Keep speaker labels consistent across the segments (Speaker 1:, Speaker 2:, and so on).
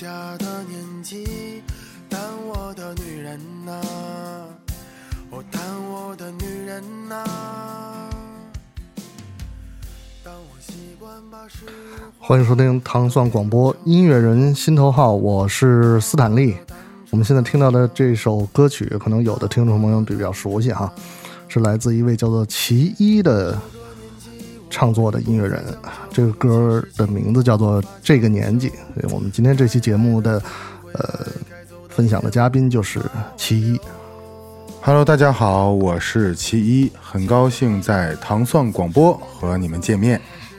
Speaker 1: 家的年纪，但我的女人啊，哦，但我的女人啊，当我习惯把实话。
Speaker 2: 欢迎收听糖蒜广播音乐人心头号，我是斯坦利。我们现在听到的这首歌曲，可能有的听众朋友比较熟悉哈，是来自一位叫做其一的唱作的音乐人，这个歌的名字叫做《这个年纪》。我们今天这期节目的分享的嘉宾就是其一。
Speaker 3: Hello， 大家好，我是其一，很高兴在糖蒜广播和你们见面。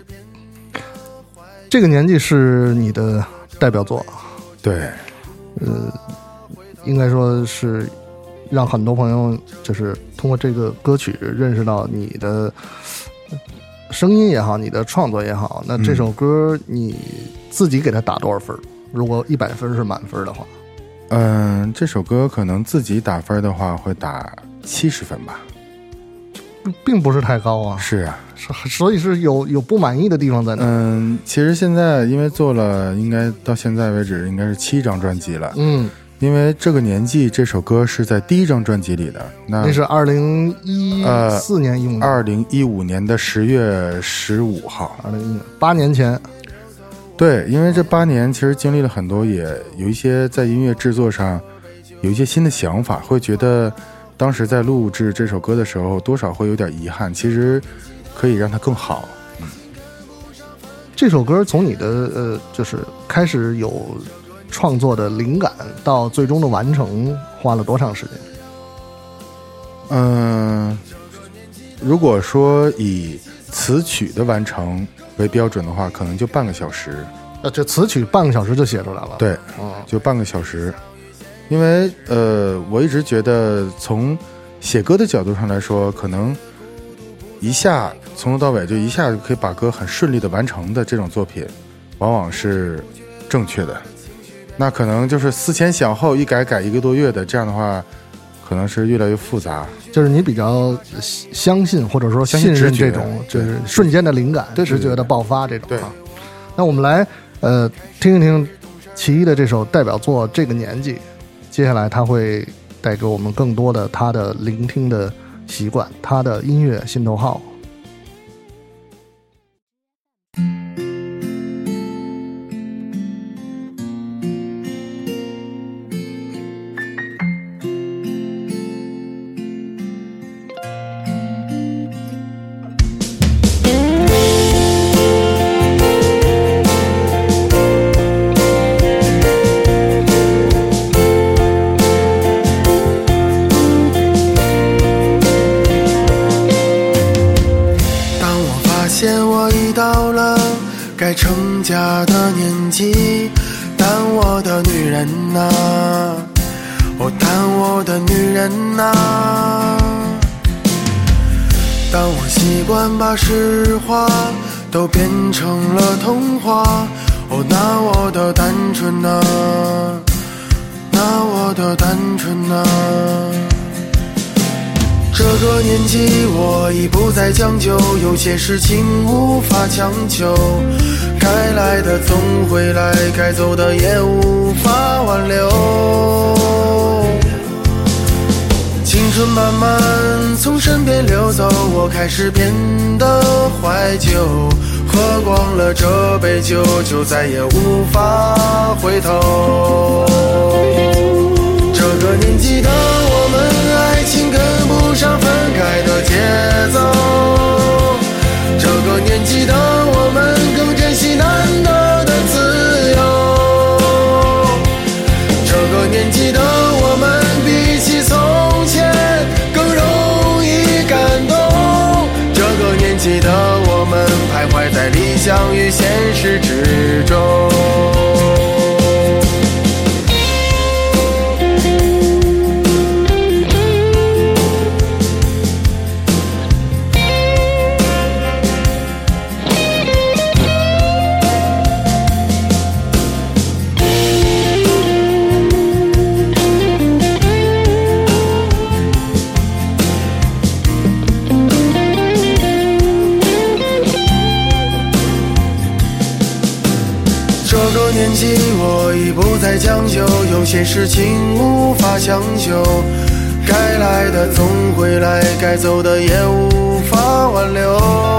Speaker 2: 这个年纪是你的代表作，
Speaker 3: 对，
Speaker 2: 应该说是让很多朋友就是通过这个歌曲认识到你的声音也好，你的创作也好。那这首歌你自己给它打多少分？如果100分是满分的话，
Speaker 3: 这首歌可能自己打分的话会打70分吧，
Speaker 2: 并不是太高啊。
Speaker 3: 是啊，
Speaker 2: 所以是有不满意的地方在哪？
Speaker 3: 其实现在因为做了，应该到现在为止应该是7张专辑了。因为这个年纪这首歌是在第一张专辑里的，那
Speaker 2: 是2014年
Speaker 3: 2015年的10月15号
Speaker 2: ，8年前。
Speaker 3: 对，因为这8年其实经历了很多，也有一些在音乐制作上有一些新的想法，会觉得当时在录制这首歌的时候多少会有点遗憾，其实可以让它更好。
Speaker 2: 这首歌从你的就是开始有创作的灵感到最终的完成花了多长时
Speaker 3: 间？如果说以词曲的完成为标准的话，可能就半个小时。
Speaker 2: 这词曲半个小时就写出来了？
Speaker 3: 对，就半个小时。因为我一直觉得从写歌的角度上来说，可能一下从头到尾就一下就可以把歌很顺利的完成的这种作品，往往是正确的。那可能就是思前想后一改1个多月的，这样的话可能是越来越复杂。
Speaker 2: 就是你比较相信或者说信任这种就是瞬间的灵感，直觉的爆发这种。
Speaker 3: 对，
Speaker 2: 那我们来听一听其一的这首代表作《这个年纪》，接下来他会带给我们更多的他的聆听的习惯，他的音乐心头号。
Speaker 1: 该成家的年纪，但我的女人啊，哦，但我的女人啊，当我习惯把实话都变成了童话，哦，那我的单纯啊，那我的单纯啊，这个年纪我已不再将就，有些事情无法强求，该来的总会来，该走的也无法挽留。青春慢慢从身边流走，我开始变得怀旧，喝光了这杯酒，就再也无法回头。这个年纪的我们，爱情跟不上分开的节奏，这个年纪的我们更珍惜难得的自由，这个年纪的我们比起从前更容易感动，这个年纪的我们徘徊在理想与现实之中。这个年纪我已不再将就，有些事情无法强求，该来的总会来，该走的也无法挽留。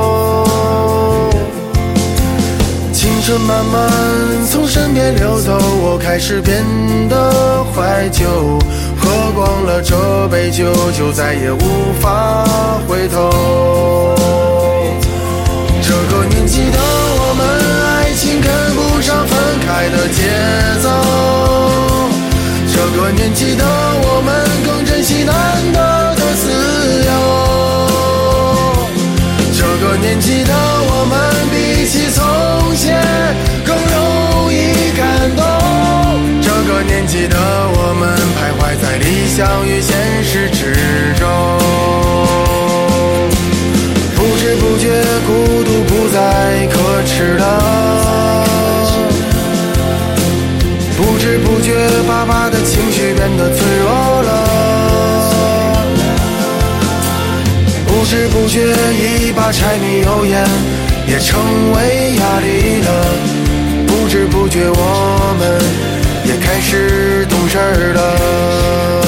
Speaker 1: 青春慢慢从身边流走，我开始变得怀旧，喝光了这杯酒，就再也无法回头。这个年纪的我们，爱情跟不上分开的节奏，这个年纪的我们更珍惜难得的自由，这个年纪的我们比起从前更容易感动，这个年纪的我们徘徊在理想与现实之中，不知不觉孤独不再可耻了，不知不觉爸爸的情绪变得脆弱了，不知不觉一把柴米油盐也成为压力了，不知不觉我们也开始懂事了。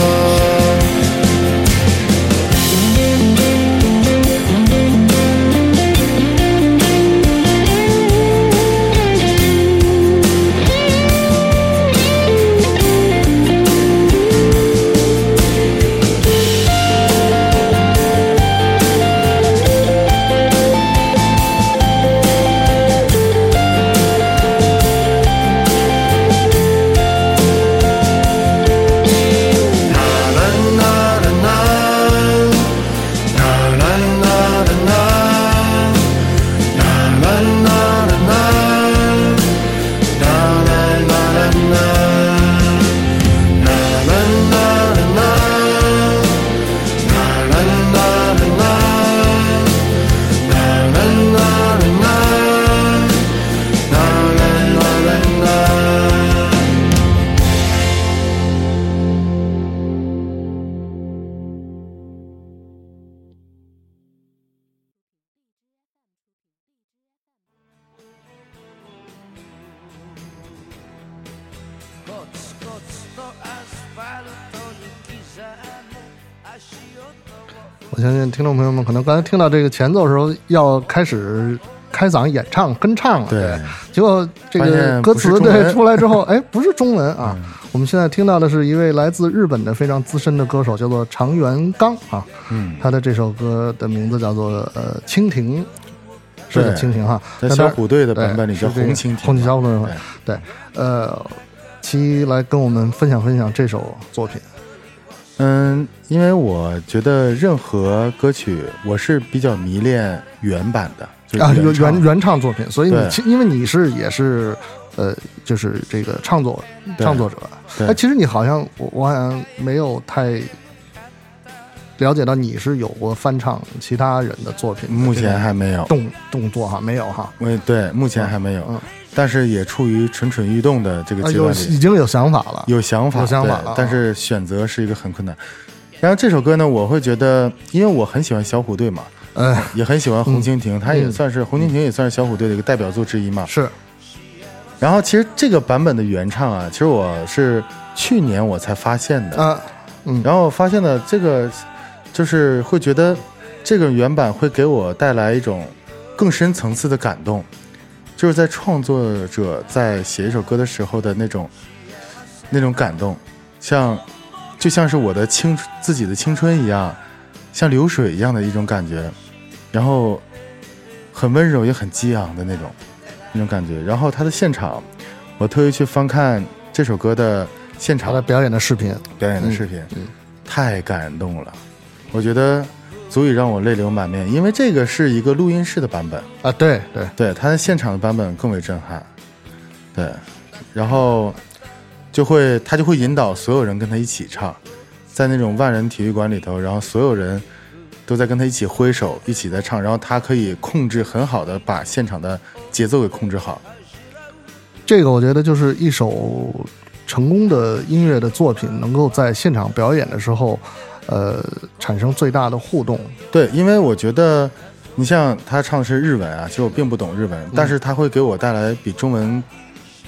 Speaker 2: 我相信听众朋友们可能刚才听到这个前奏的时候，要开始开嗓演唱跟唱了，
Speaker 3: 对，
Speaker 2: 结果这个歌词对出来之后，哎，不是中文啊。我们现在听到的是一位来自日本的非常资深的歌手，叫做长原刚啊。他的这首歌的名字叫做蜻蜓，是的蜻蜓哈。
Speaker 3: 在小虎队的版本里叫红蜻蜓，
Speaker 2: 红蜻小虎队对。七来跟我们分享分享这首作品。
Speaker 3: 因为我觉得任何歌曲，我是比较迷恋原版的，就是
Speaker 2: 原唱作品，所以因为你也是就是这个创作者，哎，其实你好像我好像没有太了解到你是有过翻唱其他人的作品，
Speaker 3: 目前还没有
Speaker 2: 动作哈，没有哈，
Speaker 3: 对，目前还没有，但是也处于蠢蠢欲动的这个阶段里，
Speaker 2: 已经有想法了，
Speaker 3: 有想法了，但是选择是一个很困难。然后这首歌呢，我会觉得，因为我很喜欢小虎队嘛，也很喜欢红蜻蜓，它也算是红蜻蜓，也算是小虎队的一个代表作之一嘛。
Speaker 2: 是。
Speaker 3: 然后其实这个版本的原唱啊，其实我是去年我才发现的然后发现了这个，就是会觉得这个原版会给我带来一种更深层次的感动，就是在创作者在写一首歌的时候的那种感动，就像是我的自己的青春一样，像流水一样的一种感觉，然后很温柔也很激昂的那种感觉。然后他的现场，我特意去翻看这首歌的现场，
Speaker 2: 他的表演的视频，
Speaker 3: 太感动了，我觉得足以让我泪流满面，因为这个是一个录音室的版本
Speaker 2: 啊，对，
Speaker 3: 他的现场的版本更为震撼，对，然后他就会引导所有人跟他一起唱，在那种万人体育馆里头，然后所有人都在跟他一起挥手，一起在唱，然后他可以很好的把现场的节奏给控制好。
Speaker 2: 这个我觉得就是一首成功的音乐的作品能够在现场表演的时候产生最大的互动。
Speaker 3: 对，因为我觉得你像他唱的是日文啊，其实我并不懂日文，但是他会给我带来比中文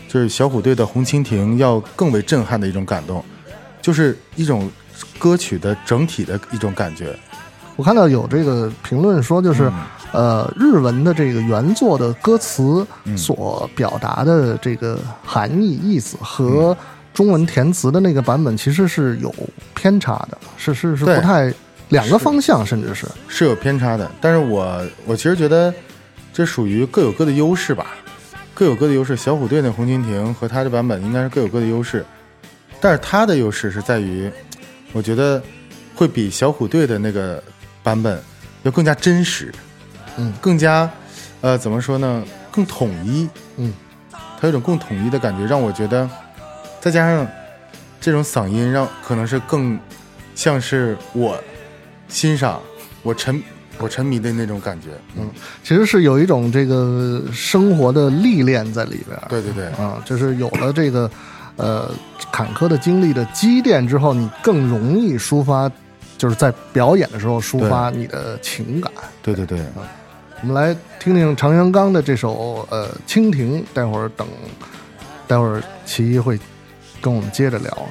Speaker 3: 就是小虎队的《红蜻蜓》要更为震撼的一种感动，就是一种歌曲的整体的一种感觉。
Speaker 2: 我看到有这个评论说，就是日文的这个原作的歌词所表达的这个含义意思和中文填词的那个版本其实是有偏差的，是不太两个方向，甚至是
Speaker 3: 有偏差的。但是我其实觉得这属于各有各的优势吧，各有各的优势。小虎队的《红蜻蜓》和他的版本应该是各有各的优势，但是他的优势是在于，我觉得会比小虎队的那个版本要更加真实，更加怎么说呢，更统一，它有种更统一的感觉，让我觉得，再加上这种嗓音，让可能是更像是我欣赏我沉迷的那种感觉。
Speaker 2: 其实是有一种这个生活的历练在里边。
Speaker 3: 对对对
Speaker 2: 啊，就是有了这个坎坷的经历的积淀之后，你更容易抒发，就是在表演的时候抒发你的情感。
Speaker 3: 对对对。
Speaker 2: 我们来听听常元刚的这首蜻蜓，待会儿齐一会跟我们接着聊啊。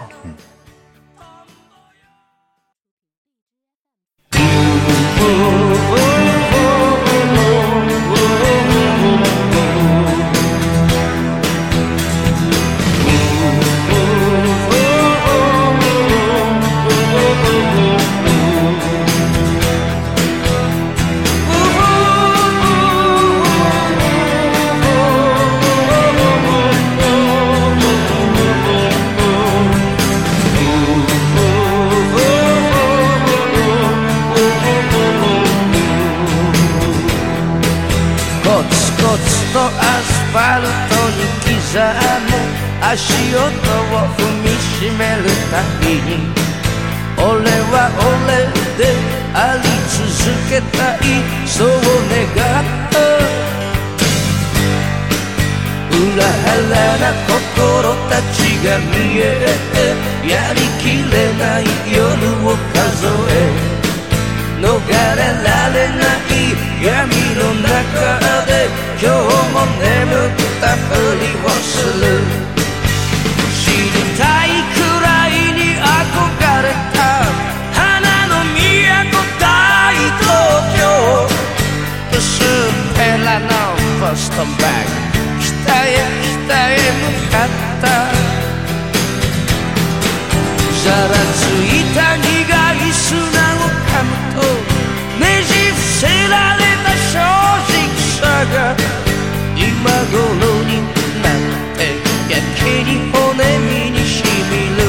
Speaker 4: 足音を踏みしめるたびに俺は俺であり続けたい、そう願った裏腹な心たちが見えてやりきれない夜を数え逃れられない闇の中で今日も眠ったふりをする、知りたいくらいに憧れた花の都大東京、薄っぺらのボストンバッグ、北へ向かった、ざらついた苦い砂を噛むとねじ伏せられた正直さが今頃になってやけに骨身にしみる、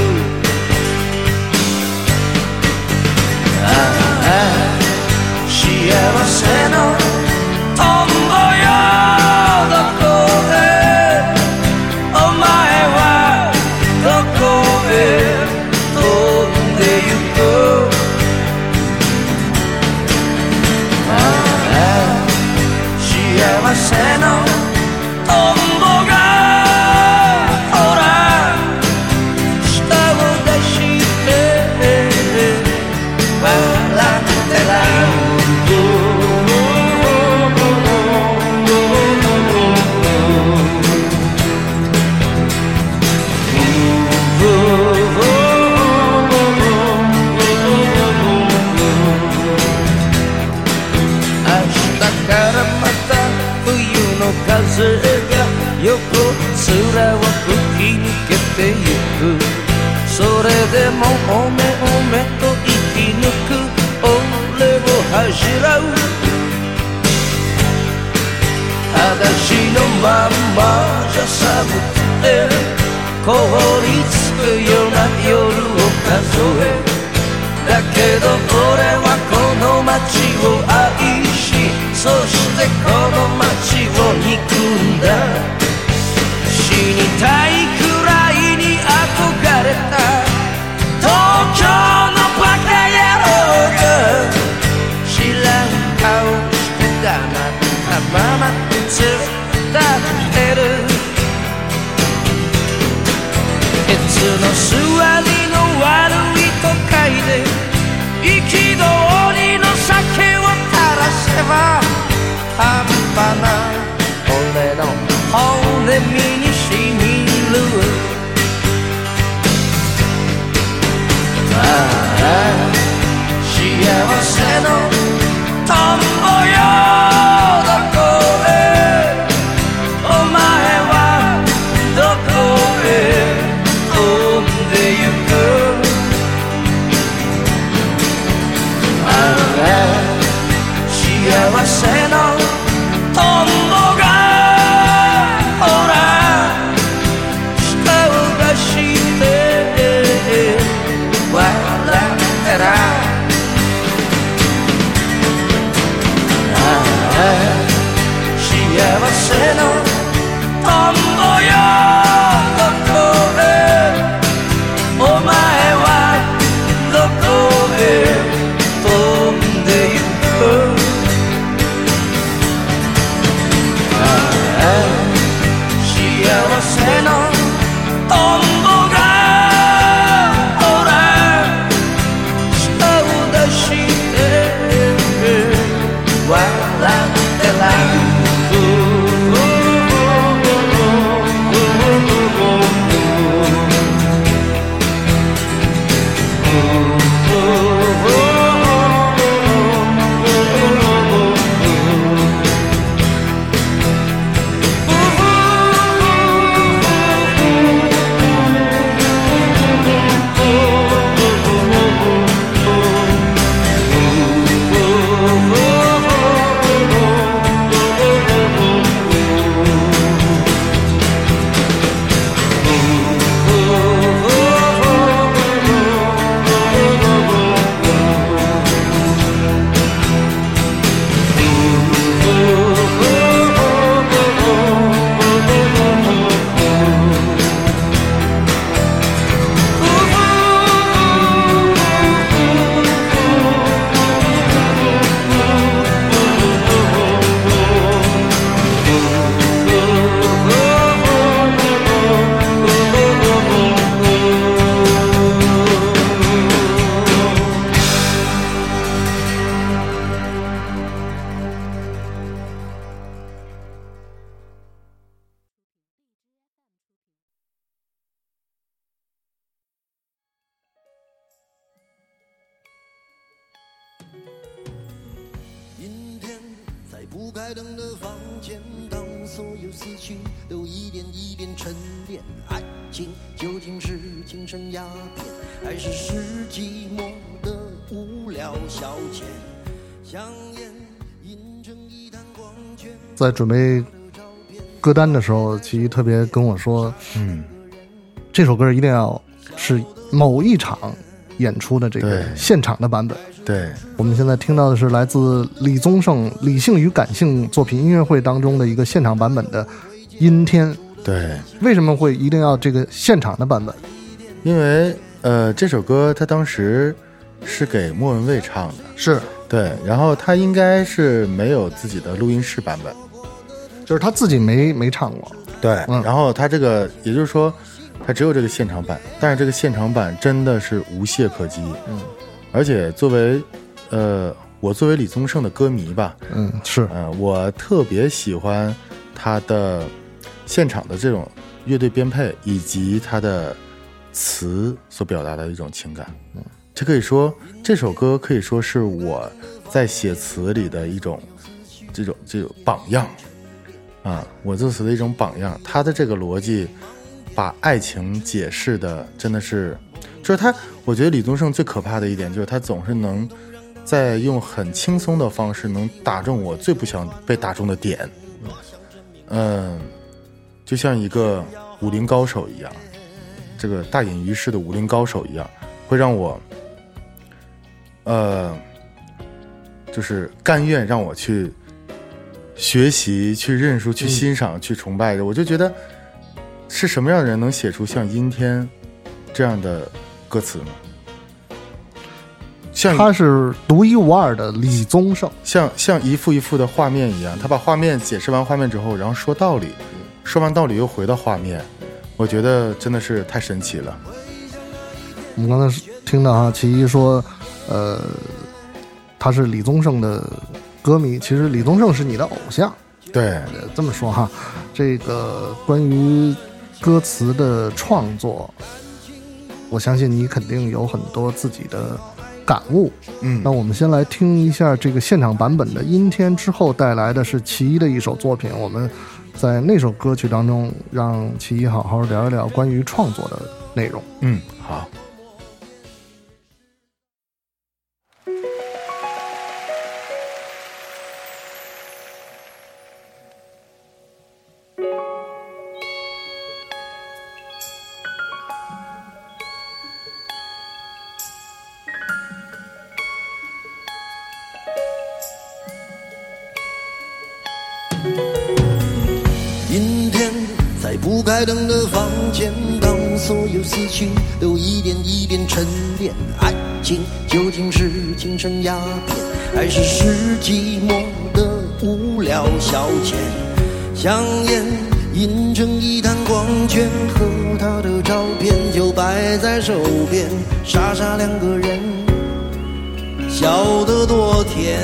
Speaker 4: ああ幸せのトンボよどこへ、お前はどこへ飛んでゆく、ああ幸せのトンボがほら舌を出して笑ってら風が横面を吹き抜けてゆく、それでもおめおめと生き抜く俺を恥じらう、裸足のまんまじゃ寒くて凍りつくような夜を数え、だけど俺はこの街を愛し、そしてこの街を憎んだ、死にたいくらいに憧れた東京のバカ野郎が知らん顔して黙ったまま突っ立ってる、ケツの座りの悪い都会で憤りの酒を垂らせば半端な俺の骨身に染み
Speaker 5: 开灯的房间，当所有思绪都一点一点沉淀，爱情究竟是精神鸦片，还是寂寞的无聊消遣？香烟印成一滩光圈。
Speaker 2: 在准备歌单的时候，其实特别跟我说，这首歌一定要是某一场演出的这个现场的版本。
Speaker 3: 对，
Speaker 2: 我们现在听到的是来自李宗盛《理性与感性》作品音乐会当中的一个现场版本的《阴天》。
Speaker 3: 对，
Speaker 2: 为什么会一定要这个现场的版本？
Speaker 3: 因为这首歌他当时是给莫文蔚唱的，
Speaker 2: 是
Speaker 3: 对，然后他应该是没有自己的录音室版本，
Speaker 2: 就是他自己没唱过。
Speaker 3: 对，然后他这个也就是说他只有这个现场版，但是这个现场版真的是无懈可击。而且作为我作为李宗盛的歌迷吧，
Speaker 2: 是
Speaker 3: 我特别喜欢他的现场的这种乐队编配以及他的词所表达的一种情感。这可以说这首歌可以说是我在写词里的一种这种榜样啊，我作词的一种榜样。他的这个逻辑把爱情解释的真的是，就是他，我觉得李宗盛最可怕的一点就是他总是能在用很轻松的方式能打中我最不想被打中的点。就像一个武林高手一样，这个大隐于市的武林高手一样，会让我就是甘愿让我去学习、去认输、去欣赏、去崇拜着。我就觉得是什么样的人能写出像阴天这样的歌词呢？像
Speaker 2: 他是独一无二的李宗盛，
Speaker 3: 像一幅一幅的画面一样，他把画面解释完画面之后，然后说道理，说完道理又回到画面，我觉得真的是太神奇了。
Speaker 2: 我们刚才听到哈，其一说，他是李宗盛的歌迷，其实李宗盛是你的偶像。
Speaker 3: 对，
Speaker 2: 这么说哈，这个关于歌词的创作，我相信你肯定有很多自己的感悟。那我们先来听一下这个现场版本的《阴天》，之后带来的是其一的一首作品。我们在那首歌曲当中，让其一好好聊一聊关于创作的内容。
Speaker 3: 好。
Speaker 5: 阴天，在不开灯的房间，当所有思绪都一点一点沉淀，爱情究竟是精神鸦片，还是寂寞的无聊消遣？香烟印成一滩光圈，和他的照片就摆在手边，傻傻两个人笑得多甜。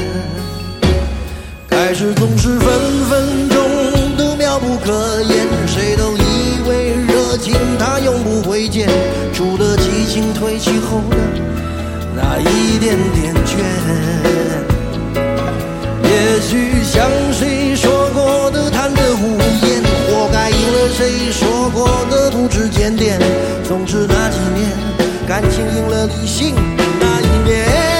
Speaker 5: 开始总是分分钟都妙不可言，谁都以为热情它永不会减，除了激情褪去后的那一点点倦。也许像谁说过的贪得无厌，活该应了谁说过的不知检点。总之那几年，感情赢了理性那一面。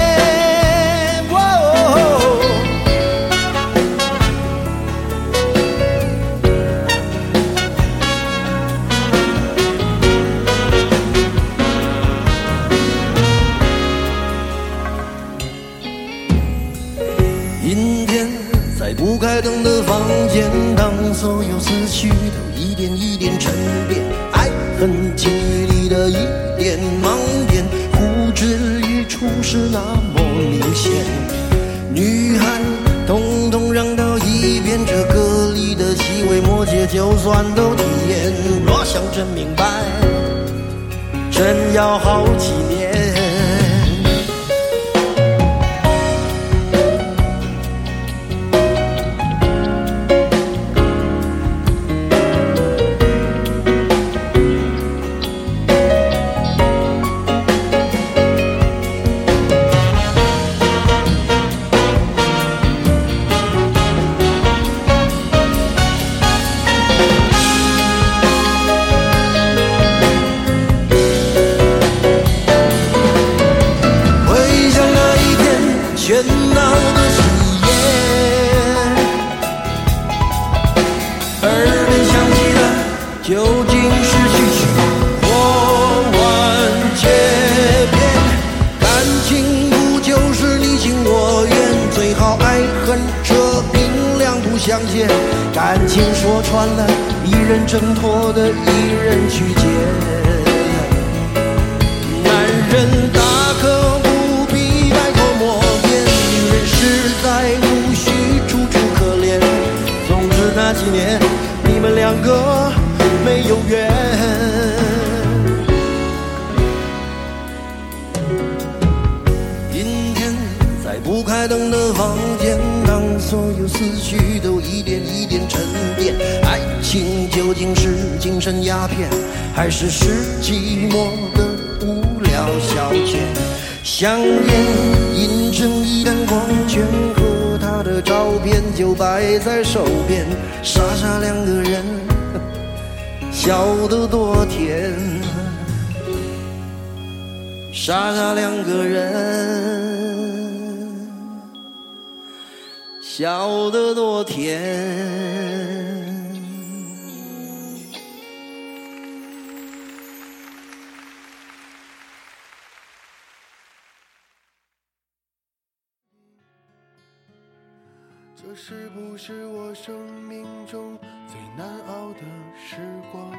Speaker 5: 不开灯的房间，当所有思绪都一点一点沉淀，爱恨情欲里的一点盲点，呼之欲出是那么明显。女孩统统让到一边，这歌里的细微末节就算都体验，若想真明白，真要好几年。 相见，感情说穿了，一人挣脱的一人去捡。男人大可不必摆脱莫辩，女人实在无需楚楚可怜。总之那几年你们两个没有缘。阴天在不开灯的房间，当所有思绪都一点一点沉淀，爱情究竟是精神鸦片，还是寂寞的无聊消遣？香烟映成一滩光圈，和他的照片就摆在手边，傻傻两个人笑得多甜，傻傻两个人笑得多甜。
Speaker 1: 这是不是我生命中最难熬的时光？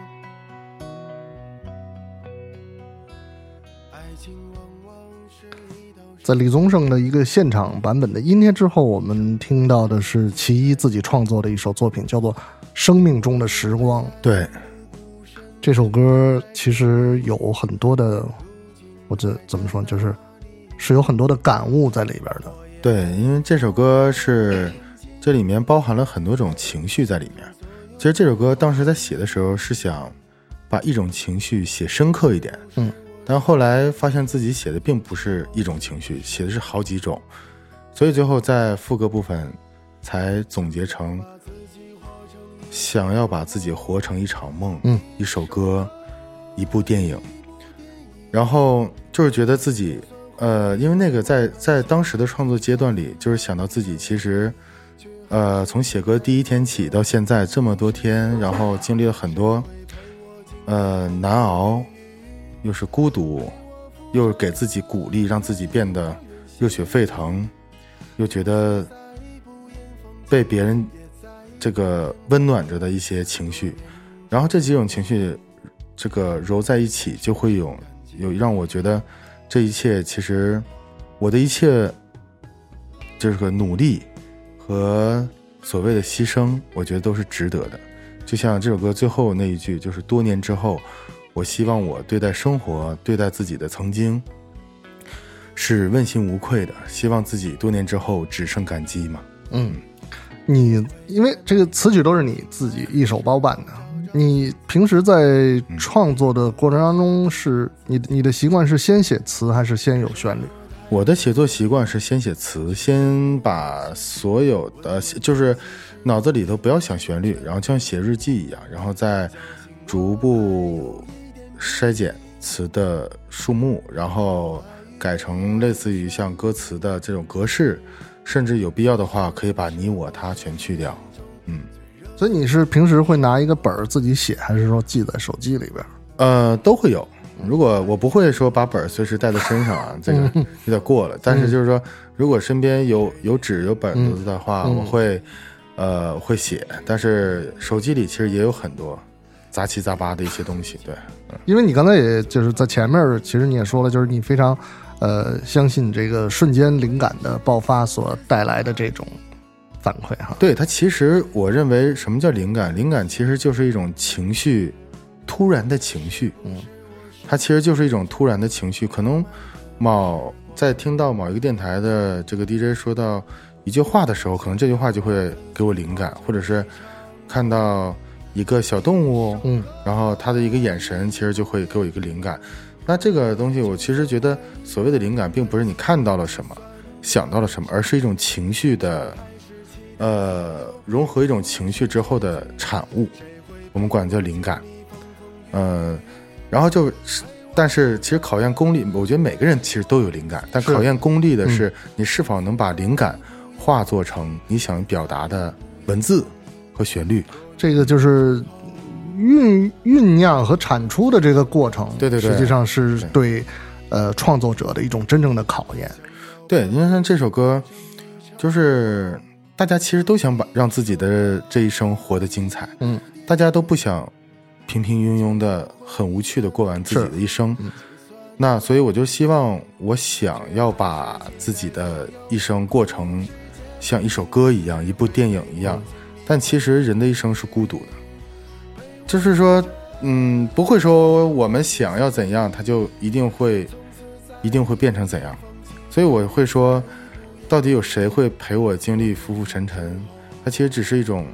Speaker 1: 爱情往往是一道
Speaker 2: 在李宗盛的一个现场版本的《阴天》之后，我们听到的是其一自己创作的一首作品，叫做《生命中的时光》。
Speaker 3: 对，
Speaker 2: 这首歌其实有很多的，我这怎么说，是有很多的感悟在里边的。
Speaker 3: 对，因为这首歌是这里面包含了很多种情绪在里面。其实这首歌当时在写的时候是想把一种情绪写深刻一点，但后来发现自己写的并不是一种情绪，写的是好几种，所以最后在副歌部分才总结成想要把自己活成一场梦，一首歌，一部电影。然后就是觉得自己因为那个在当时的创作阶段里，就是想到自己其实从写歌第一天起到现在这么多天，然后经历了很多难熬，又是孤独，又给自己鼓励，让自己变得热血沸腾，又觉得被别人这个温暖着的一些情绪，然后这几种情绪这个揉在一起，就会有让我觉得这一切其实我的一切这个努力和所谓的牺牲，我觉得都是值得的。就像这首歌最后那一句，就是多年之后，我希望我对待生活，对待自己的曾经是问心无愧的，希望自己多年之后只剩感激嘛。
Speaker 2: 你因为这个词曲都是你自己一手包办的，你平时在创作的过程当中，是你的习惯是先写词还是先有旋律？
Speaker 3: 我的写作习惯是先写词，先把所有的就是脑子里头不要想旋律，然后像写日记一样，然后再逐步筛减词的数目，然后改成类似于像歌词的这种格式，甚至有必要的话可以把你我他全去掉。
Speaker 2: 所以你是平时会拿一个本儿自己写，还是说记在手机里边？
Speaker 3: 都会有。如果我不会说把本随时带在身上啊，这个有点过了。但是就是说，如果身边有纸有本子的话，我会写。但是手机里其实也有很多杂七杂八的一些东西。对，
Speaker 2: 因为你刚才也就是在前面，其实你也说了，就是你非常相信这个瞬间灵感的爆发所带来的这种反馈哈。
Speaker 3: 对，它其实我认为什么叫灵感？灵感其实就是一种情绪，突然的情绪。它其实就是一种突然的情绪。可能在听到某一个电台的这个 DJ 说到一句话的时候，可能这句话就会给我灵感，或者是看到一个小动物，然后他的一个眼神其实就会给我一个灵感。那这个东西我其实觉得所谓的灵感并不是你看到了什么想到了什么，而是一种情绪的融合一种情绪之后的产物，我们管叫灵感。然后但是其实考验功力，我觉得每个人其实都有灵感，但考验功力的是你是否能把灵感化作成你想表达的文字和旋律。
Speaker 2: 这个就是酝酿和产出的这个过程，
Speaker 3: 对，
Speaker 2: 实际上是对创作者的一种真正的考验。
Speaker 3: 对，因为像这首歌，就是大家其实都想让自己的这一生活得精彩，大家都不想平平庸庸的很无趣的过完自己的一生，那所以我就希望，我想要把自己的一生过成像一首歌一样，一部电影一样，但其实人的一生是孤独的，就是说不会说我们想要怎样，它就一定会变成怎样，所以我会说，到底有谁会陪我经历浮浮沉沉？它其实只是一种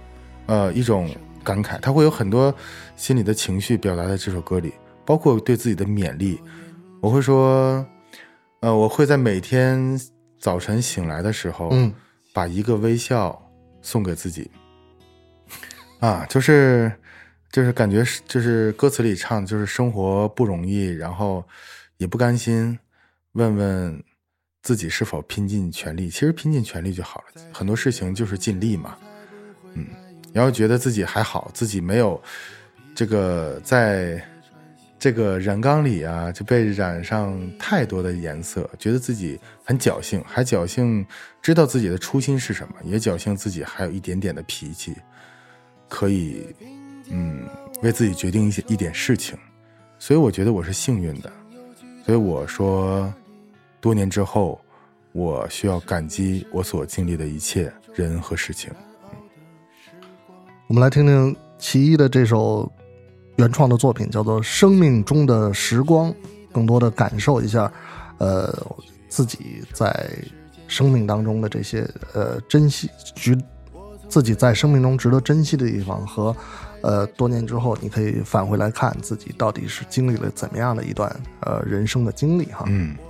Speaker 3: 感慨，它会有很多心里的情绪表达在这首歌里，包括对自己的勉励。我会说，我会在每天早晨醒来的时候，把一个微笑送给自己。啊，就是感觉就是歌词里唱，就是生活不容易，然后也不甘心，问问自己是否拼尽全力。其实拼尽全力就好了，很多事情就是尽力嘛。然后觉得自己还好，自己没有这个在这个染缸里啊就被染上太多的颜色，觉得自己很侥幸，还侥幸知道自己的初心是什么，也侥幸自己还有一点点的脾气，可以为自己决定一点事情。所以我觉得我是幸运的，所以我说多年之后我需要感激我所经历的一切人和事情。
Speaker 2: 我们来听听其一的这首原创的作品，叫做《生命中的时光》，更多的感受一下自己在生命当中的这些珍惜，自己在生命中值得珍惜的地方，和多年之后你可以返回来看自己到底是经历了怎么样的一段人生的经历哈。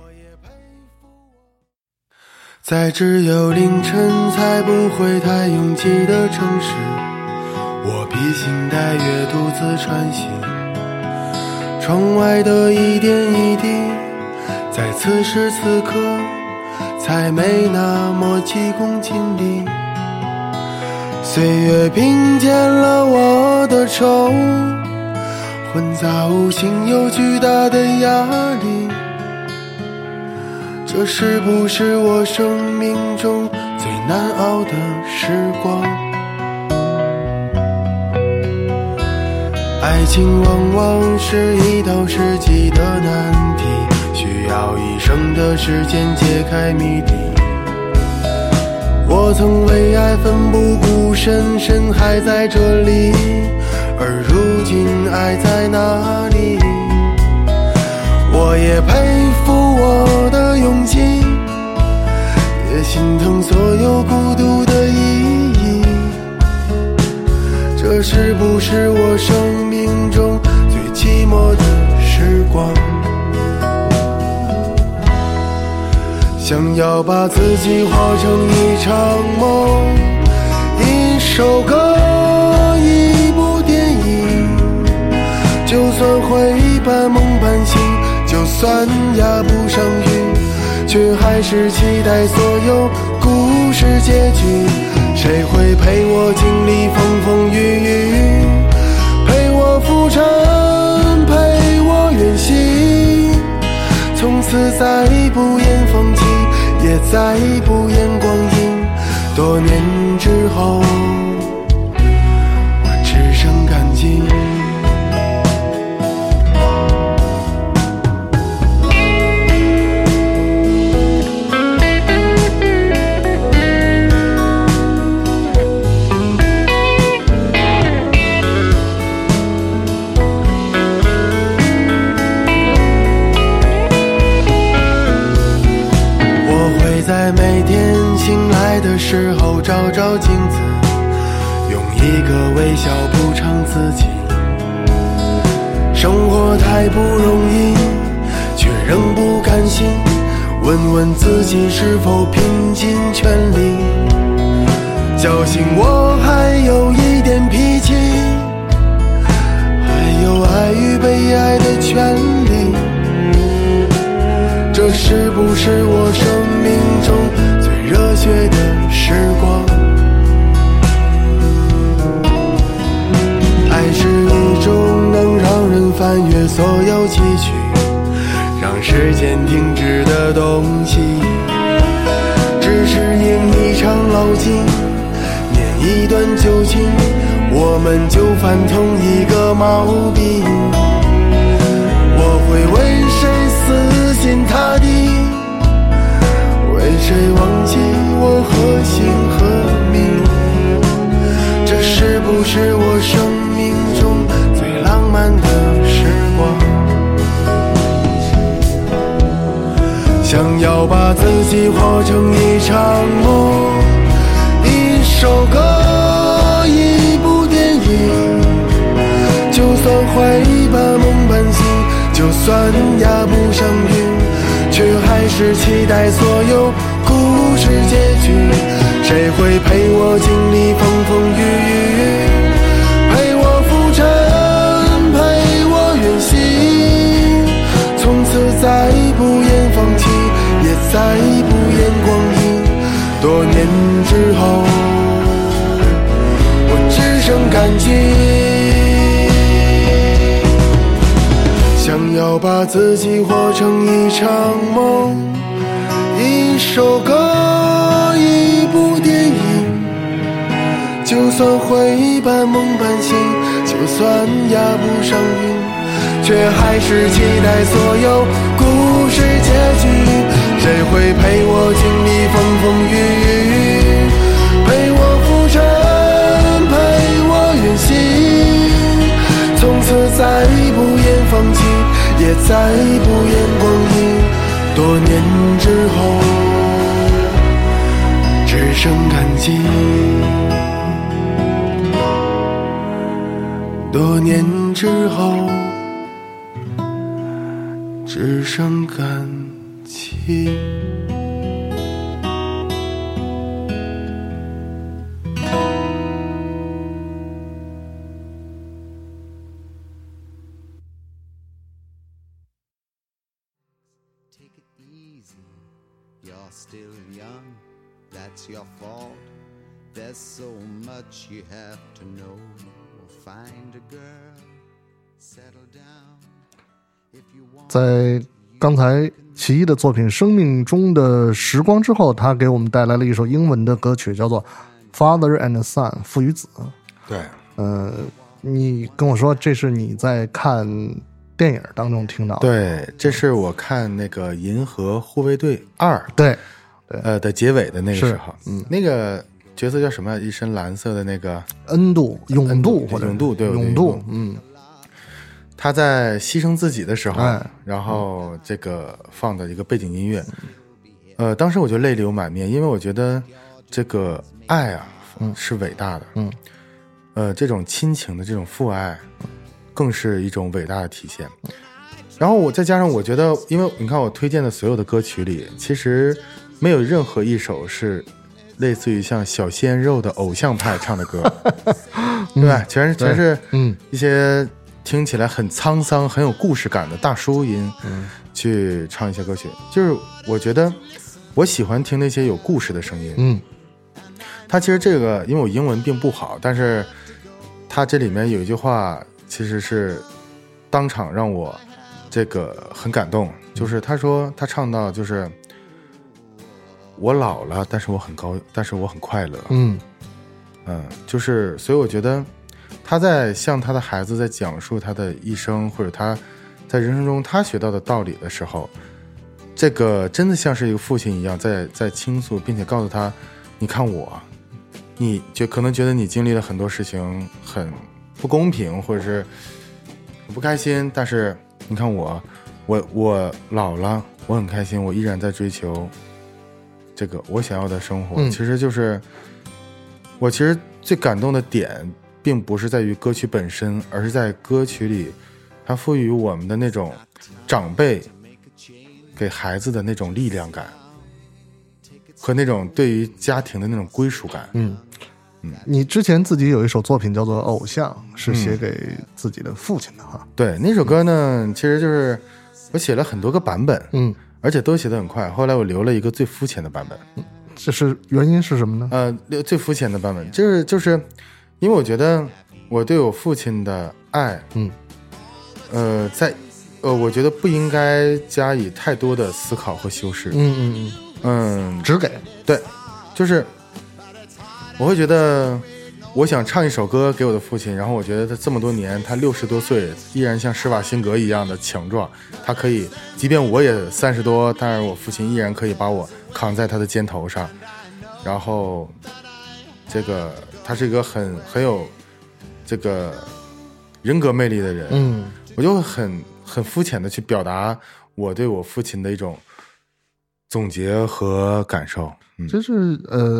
Speaker 1: 在只有凌晨才不会太拥挤的城市，我披星戴月独自穿行，窗外的一点一滴在此时此刻才没那么急功近利。岁月并肩了我的愁，混杂无形又巨大的压力，这是不是我生命中最难熬的时光？爱情往往是一道世纪的难题，需要一生的时间解开谜底。我曾为爱奋不顾身，身还在这里，而如今爱在哪里？我也佩服我的勇气，也心疼所有孤独的意义。这是不是我生命中最寂寞的时光？想要把自己化成一场梦，一首歌，一部电影，就算会半梦半醒，就算压不上韵，却还是期待所有故事结局。谁会陪我经历风风雨雨，陪我浮沉，陪我远行，从此再不言放弃，也再不言光阴。多年之后，我只剩感激。在每天醒来的时候照照镜子，用一个微笑补偿自己。生活太不容易，却仍不甘心，问问自己是否拼尽全力，侥幸我还有一点脾气，还有爱与被爱的权利。这是不是我生命中最热血的时光？爱是一种能让人翻越所有崎岖，让时间停止的东西，只是因一场牢记， 一段旧情，我们就犯同一个毛病。我会为谁死心塌地，为谁忘记我何姓何名？这是不是我生命中最浪漫的时光？想要把自己活成一场梦，一首歌，一部电影，就算会把梦半醒，就算压不上韵，却还是期待所有故事结局。谁会陪我经历风风雨雨，陪我浮沉，陪我远行，从此再不言放弃，也再不言光阴。多年之后，我只剩感激。想要把自己活成一场梦，一首歌，一部电影，就算会半梦半醒，就算压不上韵，却还是期待所有故事结局。谁会陪我经历风风雨雨，陪我浮沉，陪我远行，从此再不言放弃，也再不言光阴。多年之后，只剩感激。多年之后，只剩感激。
Speaker 6: Take it easy, you're still young, that's your fault. There's so much you have to know. Find a girl, settle down. If you want.
Speaker 2: 在刚才奇一的作品《生命中的时光》之后，他给我们带来了一首英文的歌曲，叫做《Father and Son》父与子。
Speaker 3: 对，
Speaker 2: 你跟我说这是你在看电影当中听到的？
Speaker 3: 对，这是我看那个《银河护卫队2》
Speaker 2: 对，
Speaker 3: 的结尾的那个时候，
Speaker 2: 是
Speaker 3: 那个角色叫什么？一身蓝色的那个
Speaker 2: 恩度、勇度或者
Speaker 3: 勇度，对，
Speaker 2: 勇度，
Speaker 3: 他在牺牲自己的时候，
Speaker 2: 哎
Speaker 3: 然后这个放的一个背景音乐，当时我就泪流满面，因为我觉得这个爱啊，是伟大的，这种亲情的这种父爱，更是一种伟大的体现。然后我再加上我觉得，因为你看我推荐的所有的歌曲里，其实没有任何一首是类似于像小鲜肉的偶像派唱的歌，对吧？全是一些听起来很沧桑、很有故事感的大叔音，去唱一些歌曲。就是我觉得我喜欢听那些有故事的声音。他其实这个，因为我英文并不好，但是他这里面有一句话，其实是当场让我这个很感动，就是他说他唱到就是我老了，但是我很快乐。就是所以我觉得他在向他的孩子在讲述他的一生，或者他在人生中他学到的道理的时候，这个真的像是一个父亲一样在倾诉，并且告诉他，你看我，你就可能觉得你经历了很多事情很不公平，或者是很不开心，但是你看我老了，我很开心，我依然在追求这个我想要的生活。其实就是我其实最感动的点并不是在于歌曲本身，而是在歌曲里它赋予我们的那种长辈给孩子的那种力量感和那种对于家庭的那种归属感。
Speaker 2: 你之前自己有一首作品叫做《偶像》，是写给自己的父亲的哈。
Speaker 3: 对，那首歌呢，其实就是我写了很多个版本，而且都写得很快。后来我留了一个最肤浅的版本。
Speaker 2: 这是原因是什么呢？
Speaker 3: 最肤浅的版本就是因为我觉得我对我父亲的爱，我觉得不应该加以太多的思考和修饰。
Speaker 2: 只给
Speaker 3: 对，就是我会觉得我想唱一首歌给我的父亲，然后我觉得他这么多年，他60多岁依然像施瓦辛格一样的强壮，他可以，即便我也30多，但是我父亲依然可以把我扛在他的肩头上，然后这个他是一个很有这个人格魅力的人，我就很肤浅的去表达我对我父亲的一种总结和感受。
Speaker 2: 就是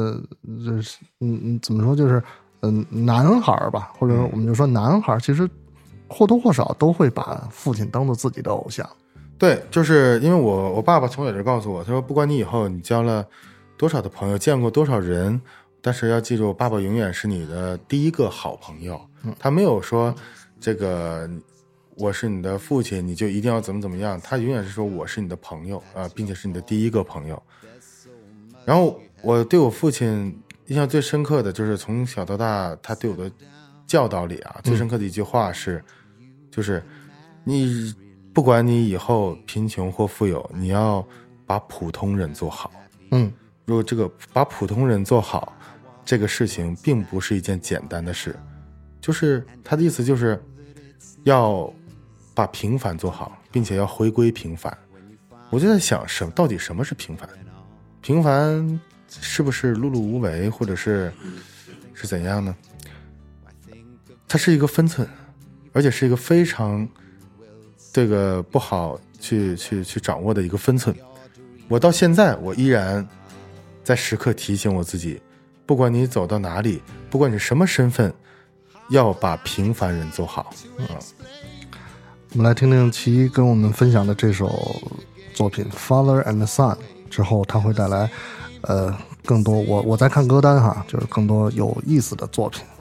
Speaker 2: 怎么说，就是男孩吧，或者我们就说男孩，其实或多或少都会把父亲当做自己的偶像。
Speaker 3: 对，就是因为我爸爸从小就告诉我，他说不管你以后你交了多少的朋友，见过多少人，但是要记住，爸爸永远是你的第一个好朋友。他没有说这个我是你的父亲你就一定要怎么样，他永远是说我是你的朋友并且是你的第一个朋友。然后我对我父亲印象最深刻的就是从小到大他对我的教导里最深刻的一句话是，就是你不管你以后贫穷或富有，你要把普通人做好。如果这个把普通人做好这个事情并不是一件简单的事，就是他的意思就是要把平凡做好，并且要回归平凡。我就在想到底什么是平凡？平凡是不是碌碌无为，或者是怎样呢？它是一个分寸，而且是一个非常这个不好去掌握的一个分寸。我到现在我依然在时刻提醒我自己，不管你走到哪里，不管你什么身份，要把平凡人做好。
Speaker 2: 我们来听听其一跟我们分享的这首作品 Father and Son 之后，他会带来更多我在看歌单哈，就是更多有意思的作品。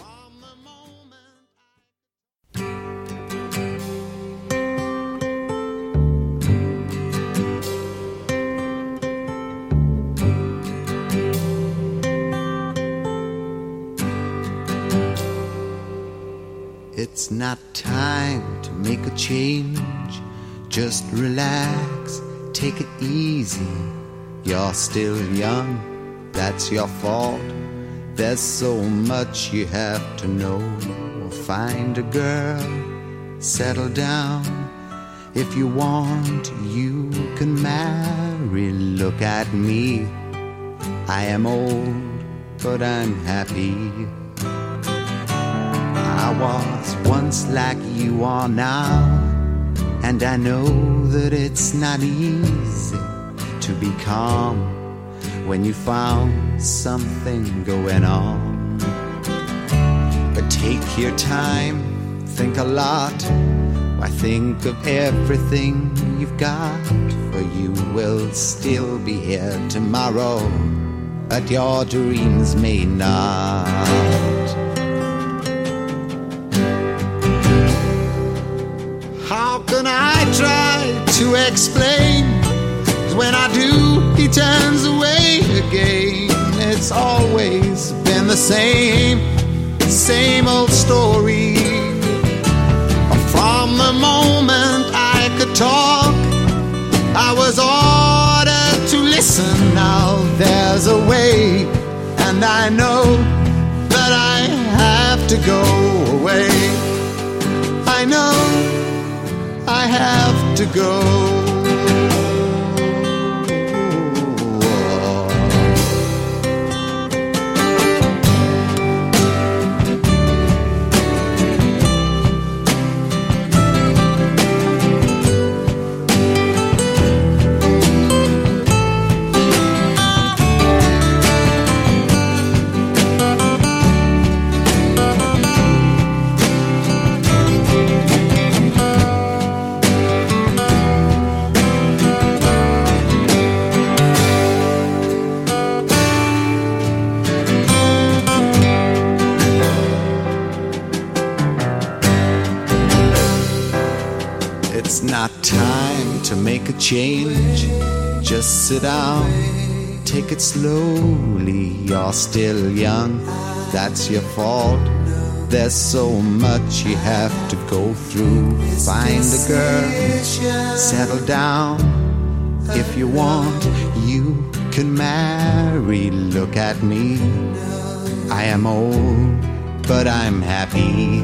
Speaker 6: It's not time to make a change. Just relax, take it easy. You're still young, that's your fault. There's so much you have to know. Find a girl, settle down. If you want, you can marry. Look at me, I am old, but I'm happy.I was once like you are now, and I know that it's not easy to be calm when you found something going on. But take your time, think a lot. Why, think of everything you've got, for you will still be here tomorrow, but your dreams may not.How can I try to explain? 'Cause when I do, he turns away again. It's always been the same old story. From the moment I could talk, I was ordered to listen. Now there's a way, and I know that I have to go away.I know I have to go. It's not time to make a change. Just sit down, take it slowly. You're still young, that's your fault. There's so much you have to go through. Find a girl, settle down. If you want, you can marry. Look at me, I am old, but I'm happy.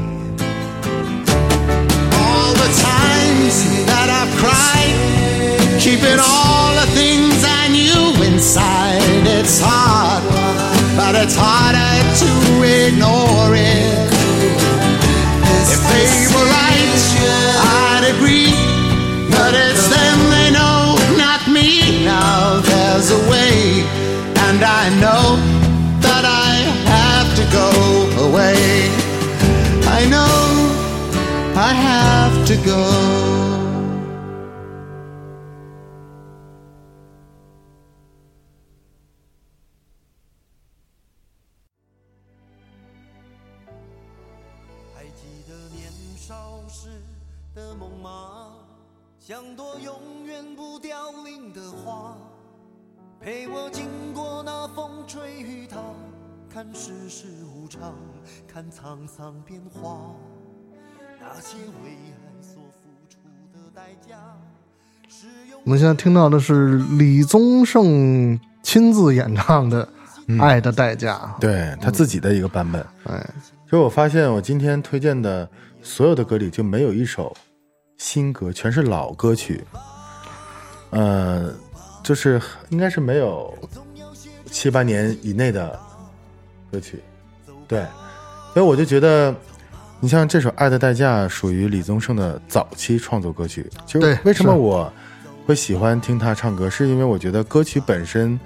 Speaker 6: All the times that I've cried, keeping all the things I knew inside. It's hard, but it's harder to ignore it. If they were right, I'd agree, but it's them they know, not me. Now there's a way, and I know that I have to go away. I know I have to go.
Speaker 5: 还记得年少时的梦吗？像朵永远不凋零的花，陪我经过那风吹雨打，看世事无常，看沧桑变化，那些为爱所付出的代价。
Speaker 2: 我们现在听到的是李宗盛亲自演唱的《爱的代价》，
Speaker 3: 对他自己的一个版本。就我发现我今天推荐的所有的歌里就没有一首新歌，全是老歌曲。就是应该是没有7、8年以内的歌曲。对，所以我就觉得你像这首《爱的代价》属于李宗盛的早期创作歌曲。就为什么我会喜欢听他唱歌，是因为我觉得歌曲本身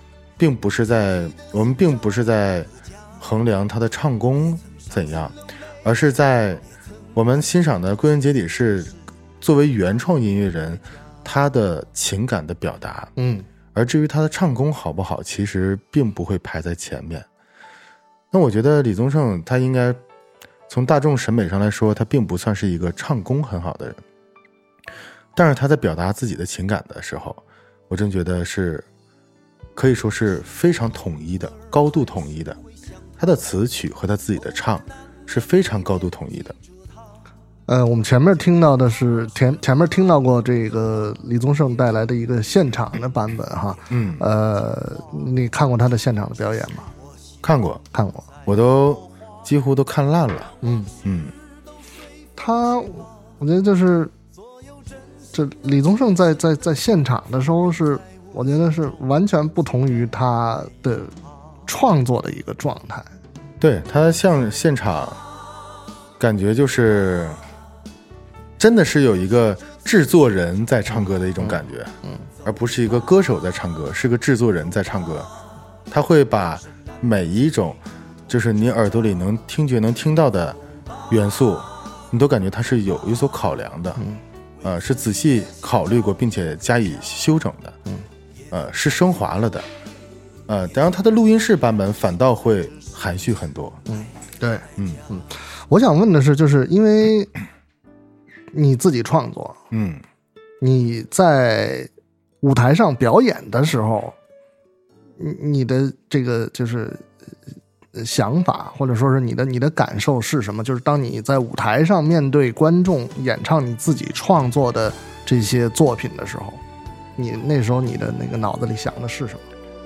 Speaker 3: 我们并不是在衡量他的唱功怎样，而是在我们欣赏的归根结底是作为原创音乐人他的情感的表达。而至于他的唱功好不好，其实并不会排在前面。那我觉得李宗盛他应该从大众审美上来说，他并不算是一个唱功很好的人，但是他在表达自己的情感的时候，我真觉得是可以说是非常统一的，高度统一的。他的词曲和他自己的唱是非常高度统一的。
Speaker 2: 我们前面听到的是前面听到过这个李宗盛带来的一个现场的版本哈。你看过他的现场的表演吗？
Speaker 3: 看过，我都几乎都看烂了。
Speaker 2: 我觉得就是这李宗盛在现场的时候是，我觉得是完全不同于他的创作的一个状态。
Speaker 3: 对，他像现场感觉就是真的是有一个制作人在唱歌的一种感觉，而不是一个歌手在唱歌，是个制作人在唱歌。他会把每一种就是你耳朵里能听觉能听到的元素，你都感觉它是有所考量的，是仔细考虑过并且加以修整的，是升华了的，然后他的录音室版本反倒会含蓄很多。
Speaker 2: 对，我想问的是，就是因为你自己创作，你在舞台上表演的时候，你的这个就是想法，或者说是你的感受是什么？就是当你在舞台上面对观众演唱你自己创作的这些作品的时候，你那时候你的那个脑子里想的是什么？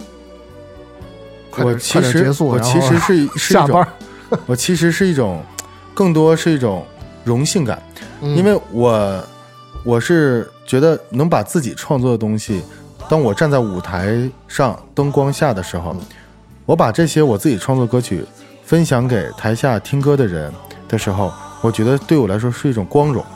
Speaker 3: 我其实是
Speaker 2: 下班，
Speaker 3: 我其实是一种，更多是一种荣幸感，因为我是觉得能把自己创作的东西，当我站在舞台上灯光下的时候，我把这些我自己创作歌曲分享给台下听歌的人的时候，我觉得对我来说是一种光荣，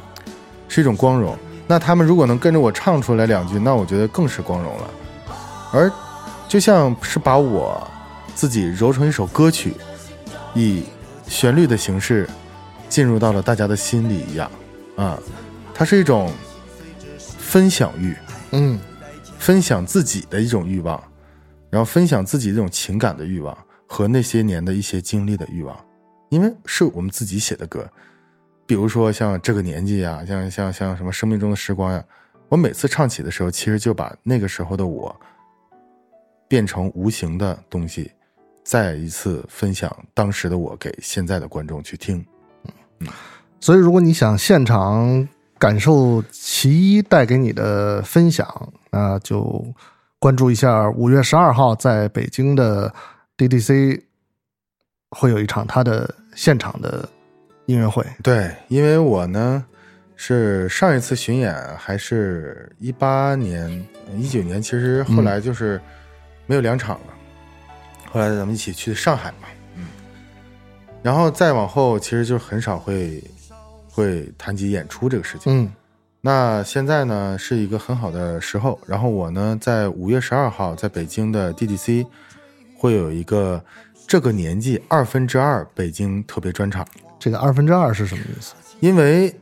Speaker 3: 那他们如果能跟着我唱出来2句，那我觉得更是光荣了。而就像是把我自己揉成一首歌曲，以旋律的形式进入到了大家的心里一样它是一种分享欲，分享自己的一种欲望，然后分享自己这种情感的欲望和那些年的一些经历的欲望，因为是我们自己写的歌，比如说像这个年纪啊，像什么生命中的时光呀，我每次唱起的时候，其实就把那个时候的我变成无形的东西，再一次分享当时的我给现在的观众去听。
Speaker 2: 所以如果你想现场感受其一带给你的分享，那就关注一下5月12号在北京的 DDC 会有一场他的现场的音乐会。
Speaker 3: 对，因为我呢是上一次巡演还是18年、19年，其实后来就是没有2场了。后来咱们一起去上海嘛，然后再往后其实就很少会谈及演出这个事情。那现在呢是一个很好的时候，然后我呢在5月12号在北京的 DDC 会有一个这个年纪2/2北京特别专场。
Speaker 2: 这个2/2是什么意思？
Speaker 3: 因为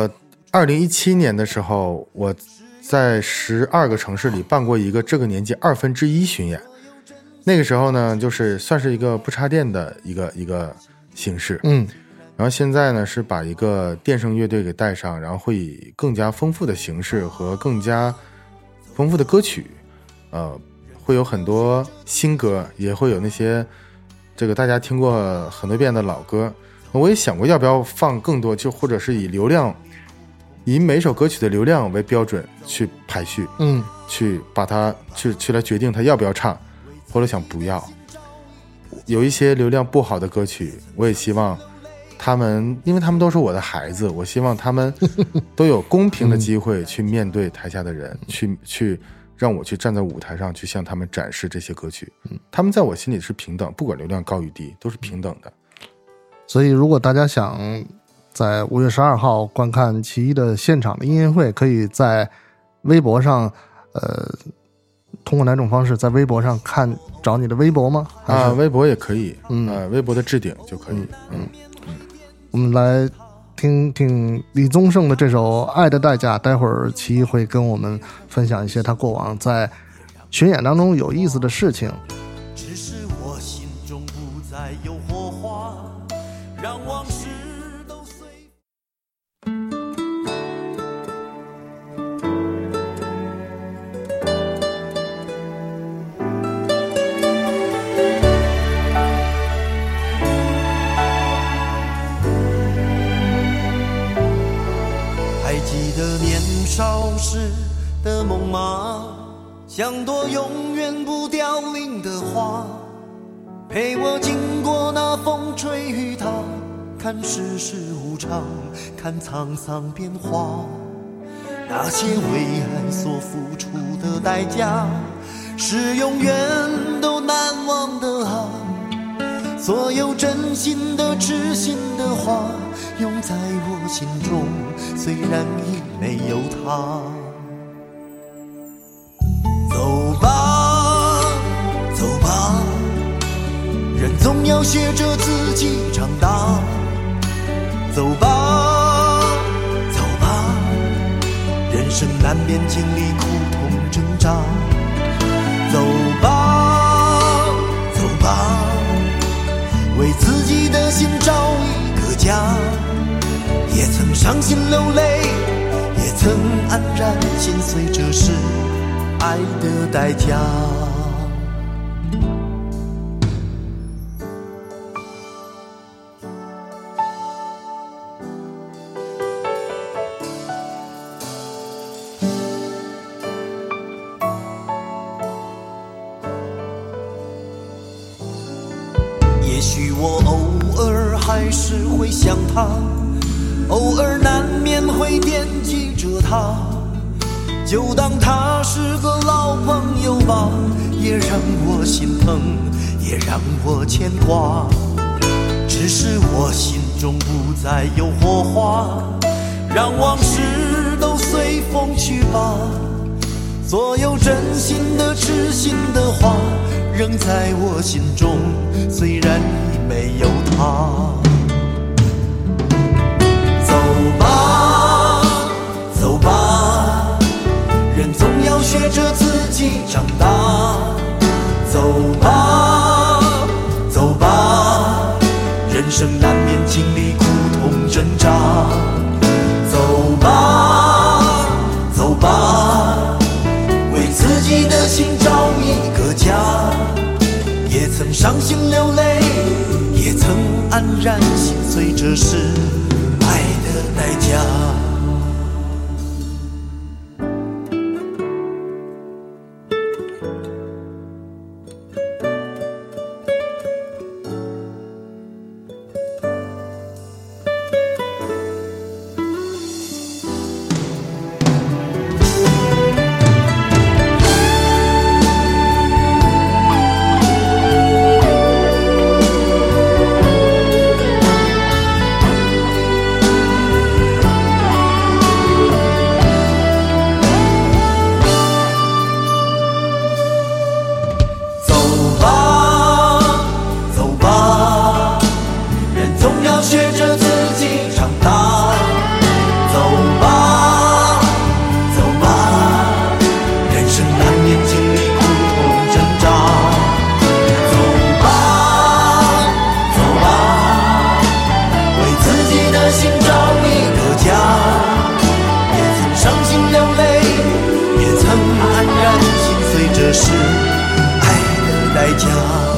Speaker 3: 2017年的时候我在12个城市里办过一个这个年纪1/2巡演，那个时候呢就是算是一个不插电的一个形式。然后现在呢是把一个电声乐队给带上，然后会以更加丰富的形式和更加丰富的歌曲，会有很多新歌，也会有那些这个大家听过很多遍的老歌。我也想过要不要放更多，就或者是以每首歌曲的流量为标准去排序，去把它去来决定它要不要唱。后来想不要，有一些流量不好的歌曲，我也希望他们，因为他们都是我的孩子，我希望他们都有公平的机会去面对台下的人，去让我去站在舞台上去向他们展示这些歌曲。他们在我心里是平等，不管流量高与低都是平等的。
Speaker 2: 所以如果大家想在5月12号观看奇艺的现场的音乐会，可以在微博上通过哪种方式在微博上找你的微博吗？
Speaker 3: 微博也可以，微博的置顶就可以。
Speaker 2: 我们来听听李宗盛的这首《爱的代价》，待会儿奇艺会跟我们分享一些他过往在巡演当中有意思的事情。
Speaker 5: 只是我心中不再有火花，让往事都随。还记得年少时的梦吗？像朵永远不凋零的花，陪我经过那风吹雨打，看世事无常，看沧桑变化。那些为爱所付出的代价，是永远都难忘的啊！所有真心的痴心的话，永在我心中，虽然已没有他。走吧，走吧，人总要学着自己长大。走吧，走吧，人生难免经历苦痛挣扎。走吧，走吧，为自己的心找一个家。也曾伤心流泪，也曾黯然心碎，这是爱的代价。也许我偶尔还是会想他，偶尔难免会惦记着他，就当他是个老朋友吧，也让我心疼，也让我牵挂。只是我心中不再有火花，让往事都随风去吧。所有真心的痴心的话，仍在我心中，虽然已没有他。走吧，走吧，人总要学着自己长大。走吧，走吧，人生难免经历苦痛挣扎。走吧，走吧，为自己的心找一个家。也曾伤心流泪，也曾黯然心碎，这是爱的代价。 学着自己长大。走吧，走吧，人生难免经历苦痛挣扎。走吧，走吧，为自己的心找一个家。也曾伤心流泪，也曾黯然心碎，这是爱的代价。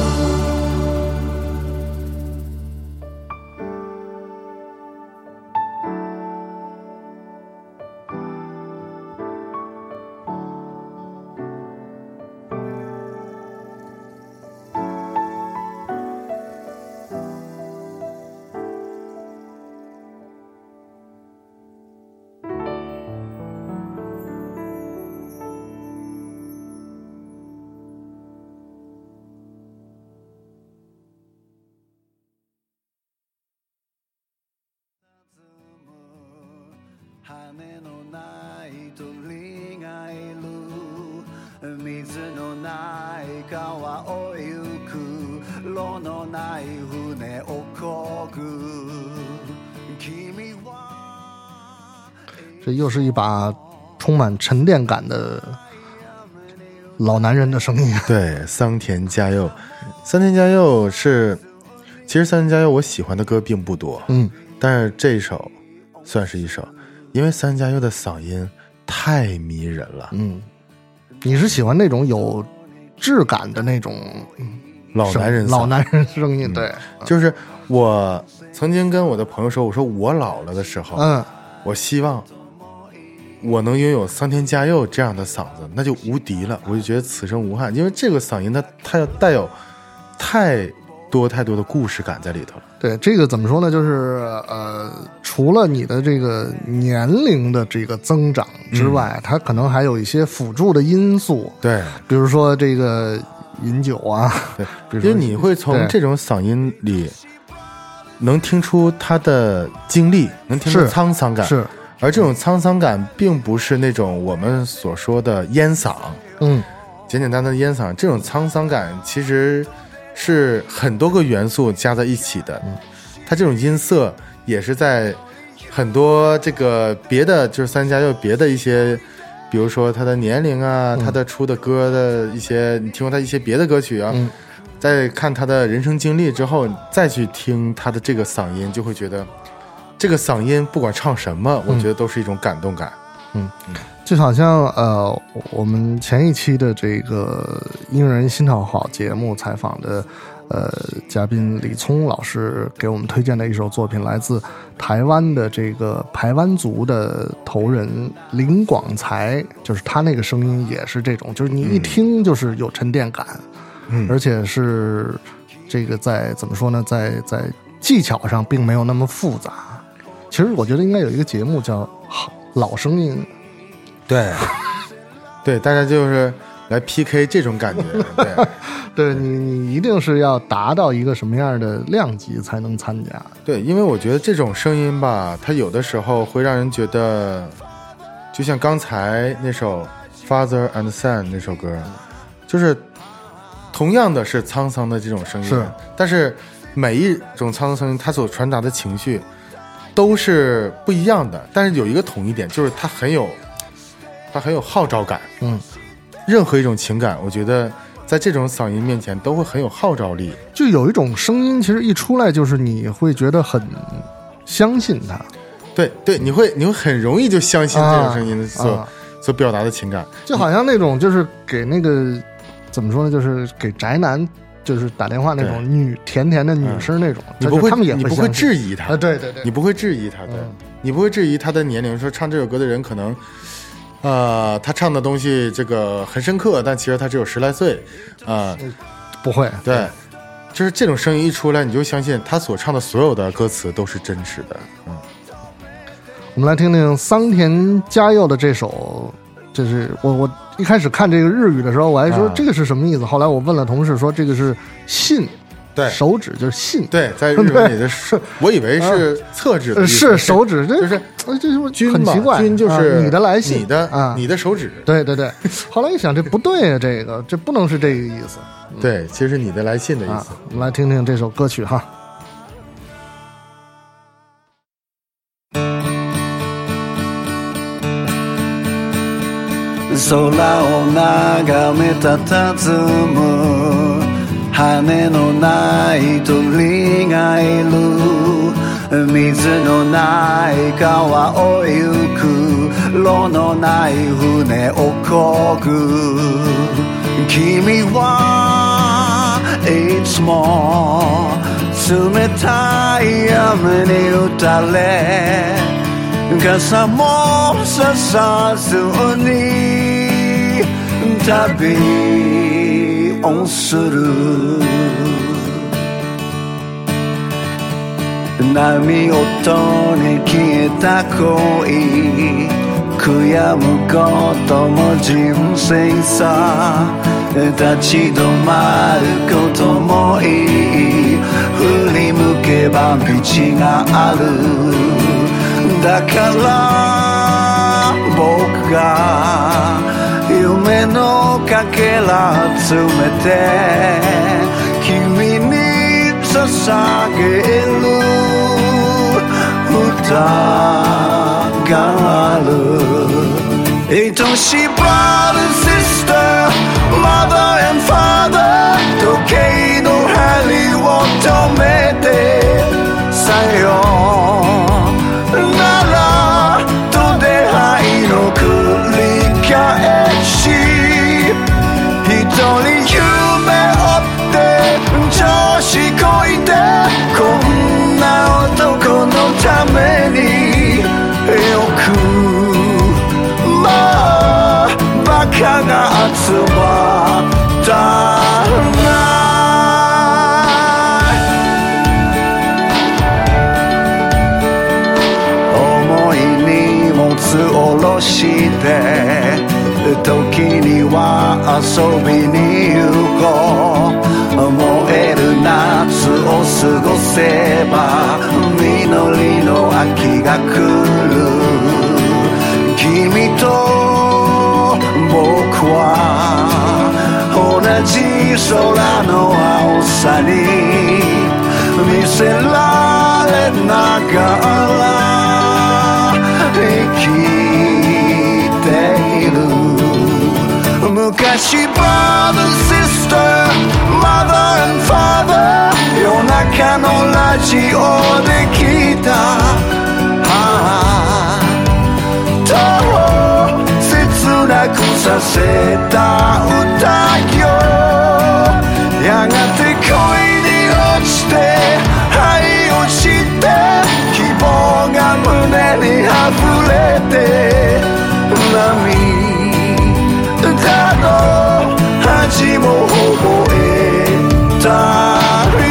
Speaker 5: 羽のない鳥がいる水のない川を行く路のない船を漕ぐ君は
Speaker 2: 这又是一把充满沉淀感的老男人的声音。
Speaker 3: 对，桑田佳佑，桑田佳佑是，其实桑田佳佑我喜欢的歌并不多，但是这一首算是一首，因为桑田佳佑的嗓音太迷人了。
Speaker 2: 你是喜欢那种有质感的那种
Speaker 3: 老男人
Speaker 2: 声音？对，
Speaker 3: 就是我曾经跟我的朋友说，我说我老了的时候，我希望我能拥有桑田佳佑这样的嗓子，那就无敌了，我就觉得此生无憾，因为这个嗓音它要带有太多的故事感在里头了。
Speaker 2: 对，这个怎么说呢？就是除了你的这个年龄的这个增长之外，它可能还有一些辅助的因素。
Speaker 3: 对，
Speaker 2: 比如说这个饮酒啊，
Speaker 3: 对，因为你会从这种嗓音里能听出他的经历，能听出沧桑感。
Speaker 2: 是，
Speaker 3: 而这种沧桑感并不是那种我们所说的烟嗓，简简单单的烟嗓，这种沧桑感其实是很多个元素加在一起的。它这种音色也是在很多这个别的，就是三家又别的一些，比如说他的年龄啊，他的出的歌的一些，你听过他一些别的歌曲啊，再看他的人生经历之后，再去听他的这个嗓音，就会觉得这个嗓音不管唱什么，我觉得都是一种感动感。
Speaker 2: 就好像我们前一期的这个音乐人心头好节目采访的嘉宾李聪老师给我们推荐的一首作品，来自台湾的这个排湾族的头人林广才，就是他那个声音也是这种，就是你一听就是有沉淀感，而且是这个在怎么说呢，在技巧上并没有那么复杂。其实我觉得应该有一个节目叫老声音，
Speaker 3: 对对，大家就是来 PK 这种感觉。
Speaker 2: 对你一定是要达到一个什么样的量级才能参加。
Speaker 3: 对，因为我觉得这种声音吧，它有的时候会让人觉得，就像刚才那首 Father and Son 那首歌，就是同样的是沧桑的这种声音，
Speaker 2: 是，
Speaker 3: 但是每一种沧桑声音它所传达的情绪都是不一样的，但是有一个统一点，就是它很有号召感。任何一种情感，我觉得在这种嗓音面前都会很有号召力。
Speaker 2: 就有一种声音，其实一出来就是你会觉得很相信它。
Speaker 3: 对对，你会很容易就相信这种声音所表达的情感，
Speaker 2: 就好像那种就是给那个怎么说呢，就是给宅男就是打电话那种甜甜的女生那种，
Speaker 3: 你不会
Speaker 2: 他们也会
Speaker 3: 你不会质疑他，
Speaker 2: 对对对，
Speaker 3: 你不会质疑他的，你不会质疑他的年龄，说唱这首歌的人可能他唱的东西这个很深刻，但其实他只有10来岁
Speaker 2: 不会，
Speaker 3: 对，就是这种声音一出来，你就相信他所唱的所有的歌词都是真实的。
Speaker 2: 我们来听听桑田佳佑的这首，就是我一开始看这个日语的时候，我还说这个是什么意思，后来我问了同事说这个是信，
Speaker 3: 对，
Speaker 2: 手指就是信，
Speaker 3: 对，在日文里的是，我以为是侧指的意思，
Speaker 2: 是手指，
Speaker 3: 就是君
Speaker 2: 很奇怪，
Speaker 3: 君就是
Speaker 2: 你的来信，
Speaker 3: 你的手指，
Speaker 2: 对对对。后来一想，这不对啊，这不能是这个意思。
Speaker 3: 对，其实是你的来信的意思。
Speaker 2: 我们来听听这首歌曲哈。
Speaker 7: 空を眺めたたずむ羽のない鳥がいる水のない川を行く路のない船を漕ぐ君はいつも冷たい雨に打たれ傘もささずに旅をする波音に消えた恋悔やむことも人生さ立ち止まることもいい振り向けば道があるだから僕が夢のかけら集めて君に捧げる歌がある愛しい Brother Sister Mother and Father 時計の針を止めてさよならと出会いの繰り返し一人夢追って調子こいてこんな男のためによくまあバカが集まったな重い荷物下ろして時には遊びに行こう燃える夏を過ごせば実りの秋が来る君と僕は同じ空の青さに見せられながら生きている昔 Brother Sister Mother and Father 夜中のラジオで聞いたと切なくさせた歌よやがて恋に落ちて愛を知って希望が胸に溢れて涙の恥も覚えた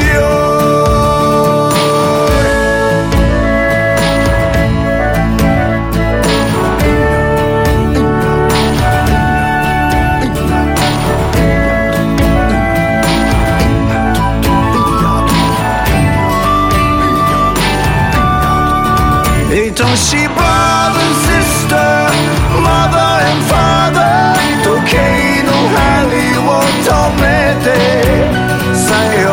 Speaker 7: 愛しい Brother Sister Mother and Father 時計の針を止めてさよ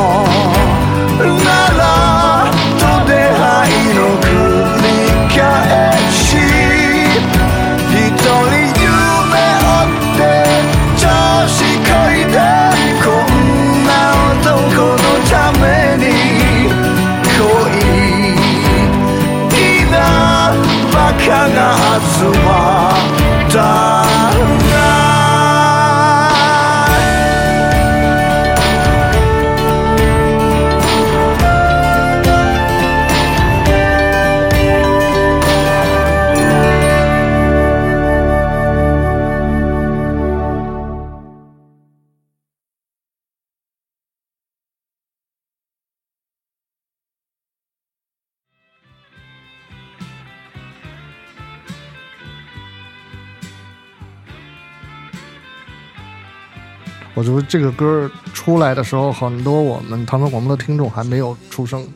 Speaker 7: ならと出会いの繰り返し一人夢追って調子こいてこんな男のために恋バカが集まった
Speaker 2: 我觉得这个歌出来的时候，很多我们唐山广播的听众还没有出生。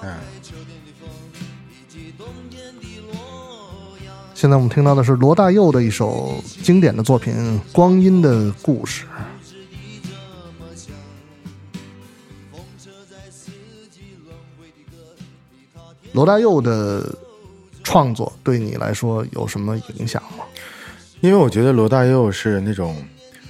Speaker 2: 现在我们听到的是罗大佑的一首经典的作品《光阴的故事》。罗大佑的创作对你来说有什么影响吗？
Speaker 3: 因为我觉得罗大佑是那种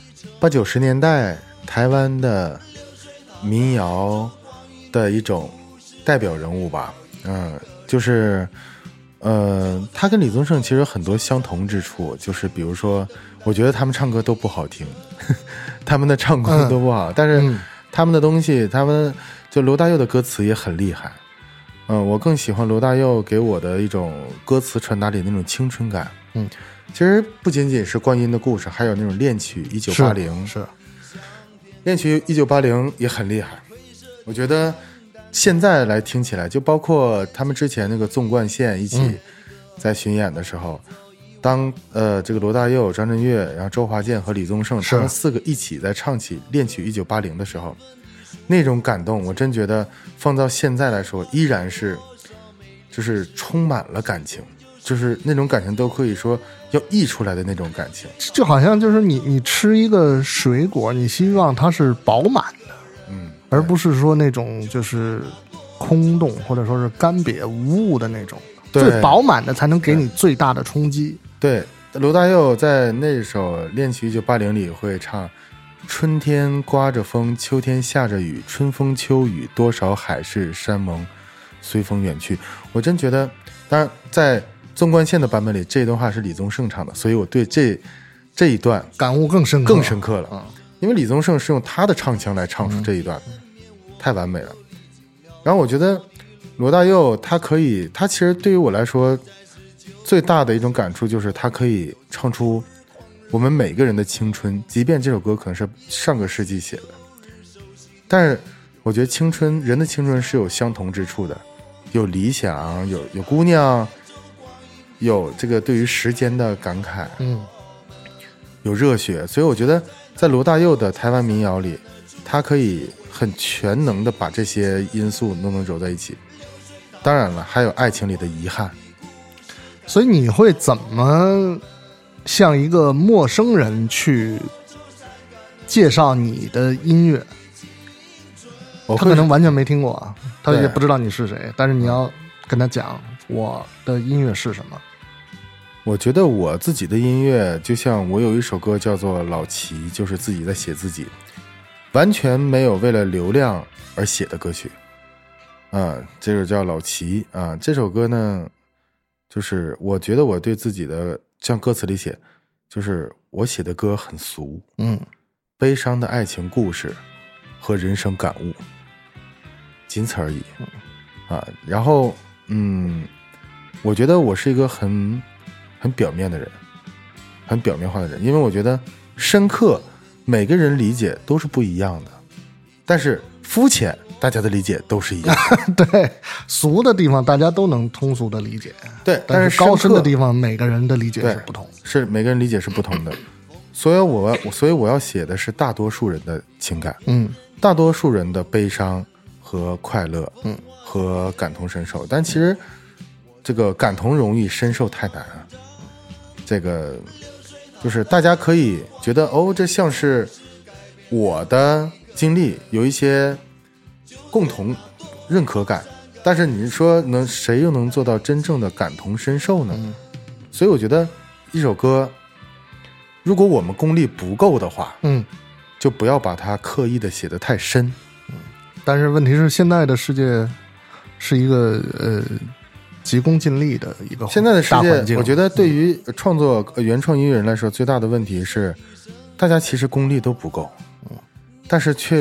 Speaker 3: 80、90年代台湾的民谣的一种代表人物吧。就是他跟李宗盛其实有很多相同之处，就是比如说我觉得他们唱歌都不好听他们的唱功都不好，但是他们的东西，他们就罗大佑的歌词也很厉害。我更喜欢罗大佑给我的一种歌词传达里那种青春感。其实不仅仅是观音的故事，还有那种恋曲1980，
Speaker 2: 是
Speaker 3: 恋曲1980也很厉害。我觉得现在来听起来，就包括他们之前那个纵贯线一起在巡演的时候，当这个罗大佑、张震岳，然后周华健和李宗盛他们4个一起在唱起恋曲1980的时候，那种感动我真觉得放到现在来说依然是就是充满了感情，就是那种感情都可以说要溢出来的那种感情。
Speaker 2: 就好像就是你吃一个水果，你希望它是饱满的，而不是说那种就是空洞或者说是干瘪无物的那种，最饱满的才能给你最大的冲击。
Speaker 3: 对，罗大佑在那首恋曲1980里会唱春天刮着风，秋天下着雨，春风秋雨，多少海誓山盟随风远去。我真觉得，当然在纵贯线的版本里这段话是李宗盛唱的，所以我对这一段
Speaker 2: 感悟更深刻
Speaker 3: 了。因为李宗盛是用他的唱腔来唱出这一段，太完美了。然后我觉得罗大佑他其实对于我来说最大的一种感触就是他可以唱出我们每个人的青春，即便这首歌可能是上个世纪写的，但是我觉得人的青春是有相同之处的，有理想，有姑娘，有这个对于时间的感慨，有热血。所以我觉得在罗大佑的台湾民谣里，他可以很全能的把这些因素都能揉在一起。当然了，还有爱情里的遗憾。
Speaker 2: 所以你会怎么向一个陌生人去介绍你的音乐？他可能完全没听过啊，他也不知道你是谁，但是你要跟他讲我的音乐是什么。
Speaker 3: 我觉得我自己的音乐就像我有一首歌叫做老齐，就是自己在写自己，完全没有为了流量而写的歌曲这首叫老齐这首歌呢，就是我觉得我对自己的像歌词里写，就是我写的歌很俗，悲伤的爱情故事和人生感悟，仅此而已然后我觉得我是一个很表面的人，很表面化的人，因为我觉得深刻每个人理解都是不一样的，但是肤浅大家的理解都是一样
Speaker 2: 的对，俗的地方大家都能通俗的理解，
Speaker 3: 对，
Speaker 2: 但是高深的地方每个人的理解是不同，
Speaker 3: 是每个人理解是不同的所以我要写的是大多数人的情感，大多数人的悲伤和快乐，和感同身受。但其实这个感同容易，身受太难这个就是大家可以觉得这像是我的经历，有一些共同认可感，但是你说谁又能做到真正的感同身受呢？所以我觉得一首歌如果我们功力不够的话，就不要把它刻意的写得太深。
Speaker 2: 但是问题是现在的世界是一个急功近利的一个
Speaker 3: 现在的世界，我觉得对于创作原创音乐人来说，最大的问题是大家其实功力都不够，但是却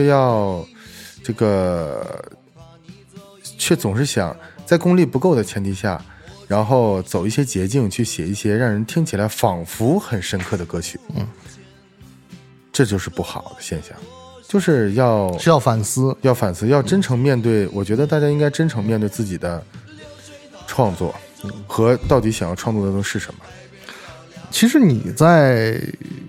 Speaker 3: 总是想在功力不够的前提下，然后走一些捷径去写一些让人听起来仿佛很深刻的歌曲，这就是不好的现象。就是要
Speaker 2: 反思，
Speaker 3: 要真诚面对。我觉得大家应该真诚面对自己的创作和到底想要创作的都是什么。
Speaker 2: 其实你在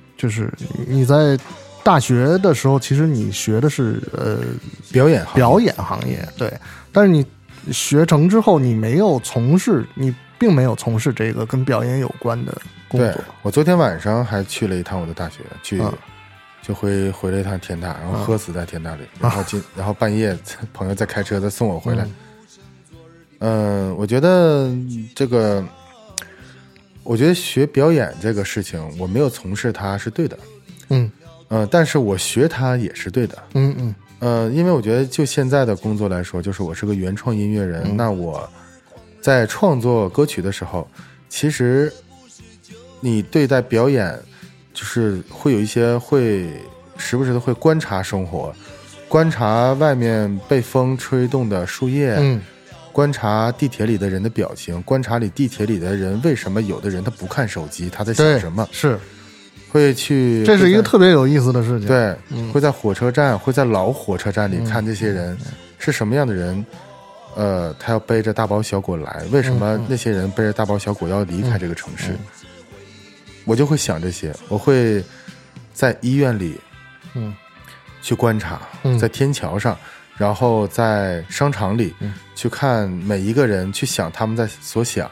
Speaker 2: 大学的时候，其实你学的是表演行业，对。但是你学成之后，你并没有从事这个跟表演有关的工作。
Speaker 3: 对，我昨天晚上还去了一趟我的大学，就回了一趟天大，然后喝死在天大里，然后半夜朋友再开车再送我回来。我觉得这个我觉得学表演这个事情，我没有从事它是对的，但是我学它也是对的，因为我觉得就现在的工作来说，就是我是个原创音乐人，那我在创作歌曲的时候，其实你对待表演，就是会有一些会时不时的会观察生活，观察外面被风吹动的树叶，观察地铁里的人的表情，观察地铁里的人为什么有的人他不看手机，他在想什么，
Speaker 2: 是
Speaker 3: 会去，
Speaker 2: 这是一个特别有意思的事情。
Speaker 3: 对，会在火车站，会在老火车站里看这些人是什么样的人，他要背着大包小裹来，为什么那些人背着大包小裹要离开这个城市？我就会想这些，我会在医院里，去观察，在天桥上，然后在商场里，去看每一个人，去想他们在所想，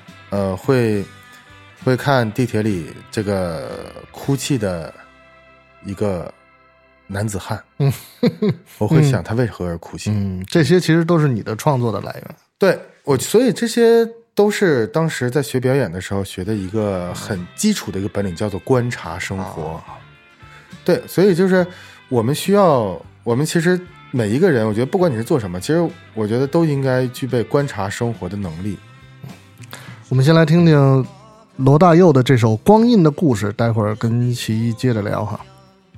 Speaker 3: 会看地铁里这个哭泣的一个男子汉，我会想他为何而哭泣。
Speaker 2: 这些其实都是你的创作的来源。
Speaker 3: 对，所以这些都是当时在学表演的时候学的一个很基础的一个本领，叫做观察生活。对，所以就是我们其实每一个人，我觉得不管你是做什么，其实我觉得都应该具备观察生活的能力。
Speaker 2: 我们先来听听罗大佑的这首《光阴的故事》，待会儿跟奇艺接着聊哈。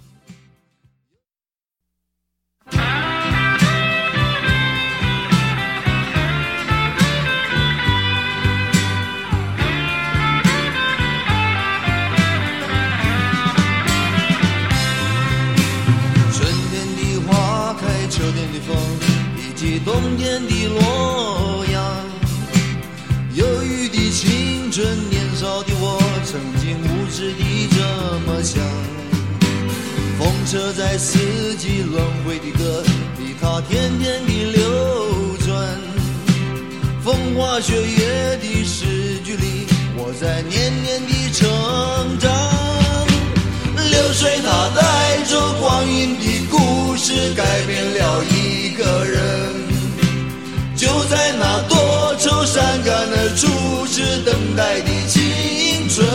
Speaker 5: 春天的花开，秋天的风，以及冬天的洛阳。忧郁的青春，年少的我，曾经无知地这么想。风车在四季轮回的歌里，它天天地流转。风花雪月的诗句里，我在年年地成长。流水它带着光阴的故事，改变了一个人。就在那多愁善感的初次等待的青春。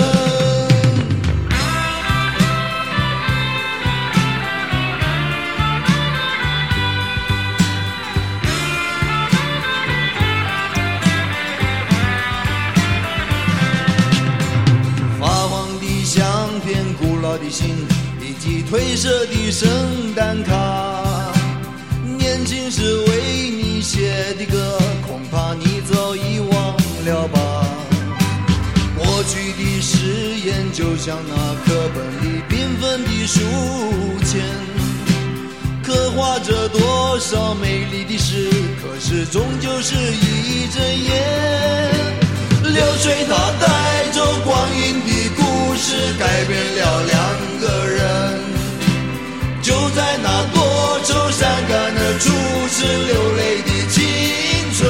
Speaker 5: 发黄的相片，古老的信，以及褪色的圣诞卡。年轻时为你写的歌，恐怕你早已忘了吧。过去的誓言就像那课本里缤纷的书签，刻画着多少美丽的诗，可是终究是一阵烟。流水它带着光阴的故事，改变了两个人。就在那多愁善感的初次流泪的青春。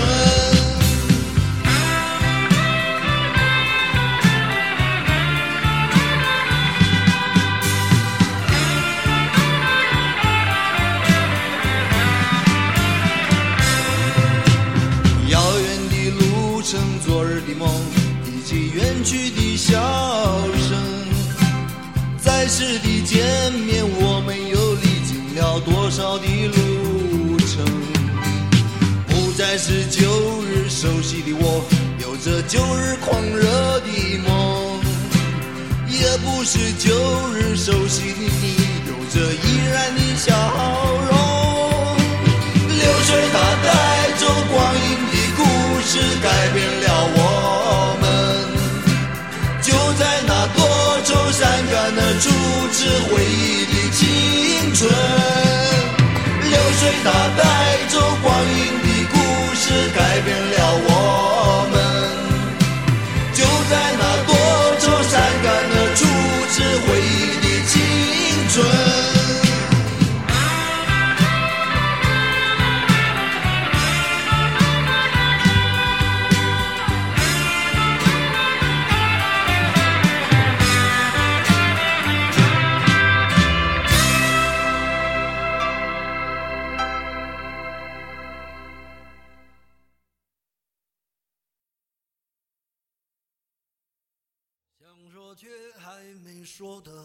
Speaker 5: 遥远的路程，昨日的梦，以及远去的笑声。在世的见面，我们又历经了多少的路程？不再是旧日熟悉的我，有着旧日狂热的梦，也不是旧日熟悉的你，有着依然的笑容。流水它带着光阴的故事，改变了我们。就在那多愁善感的初次回忆的青春。流水它带着光阴的故事，改变了我们。就在那多愁善感的初次回忆的青春。 说却还没说的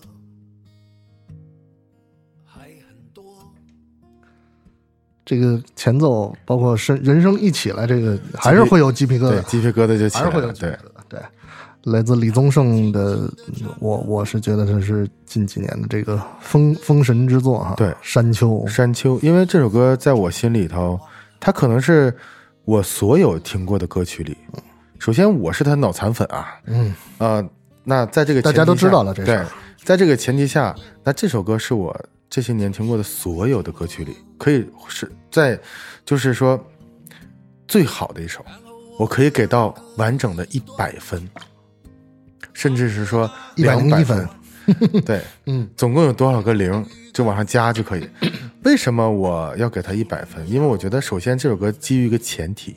Speaker 5: 还很多。
Speaker 2: 这个前奏包括人声一起来，这个还是会有鸡皮疙瘩，
Speaker 3: 对，鸡皮疙瘩就起
Speaker 2: 还是会有
Speaker 3: 来了。对，
Speaker 2: 鸡皮疙瘩。对，来自李宗盛的，我是觉得这是近几年的这个封神之作哈。
Speaker 3: 对，
Speaker 2: 山丘，
Speaker 3: 山丘，因为这首歌在我心里头，它可能是我所有听过的歌曲里，首先我是他脑残粉啊，那在这个前提下
Speaker 2: 大家都知道了这事儿。
Speaker 3: 对，在这个前提下，那这首歌是我这些年听过的所有的歌曲里，可以是在就是说最好的一首，我可以给到完整的100分，甚至是说
Speaker 2: 101
Speaker 3: 分。对，总共有多少个零就往上加就可以。为什么我要给他100分？因为我觉得首先这首歌基于一个前提，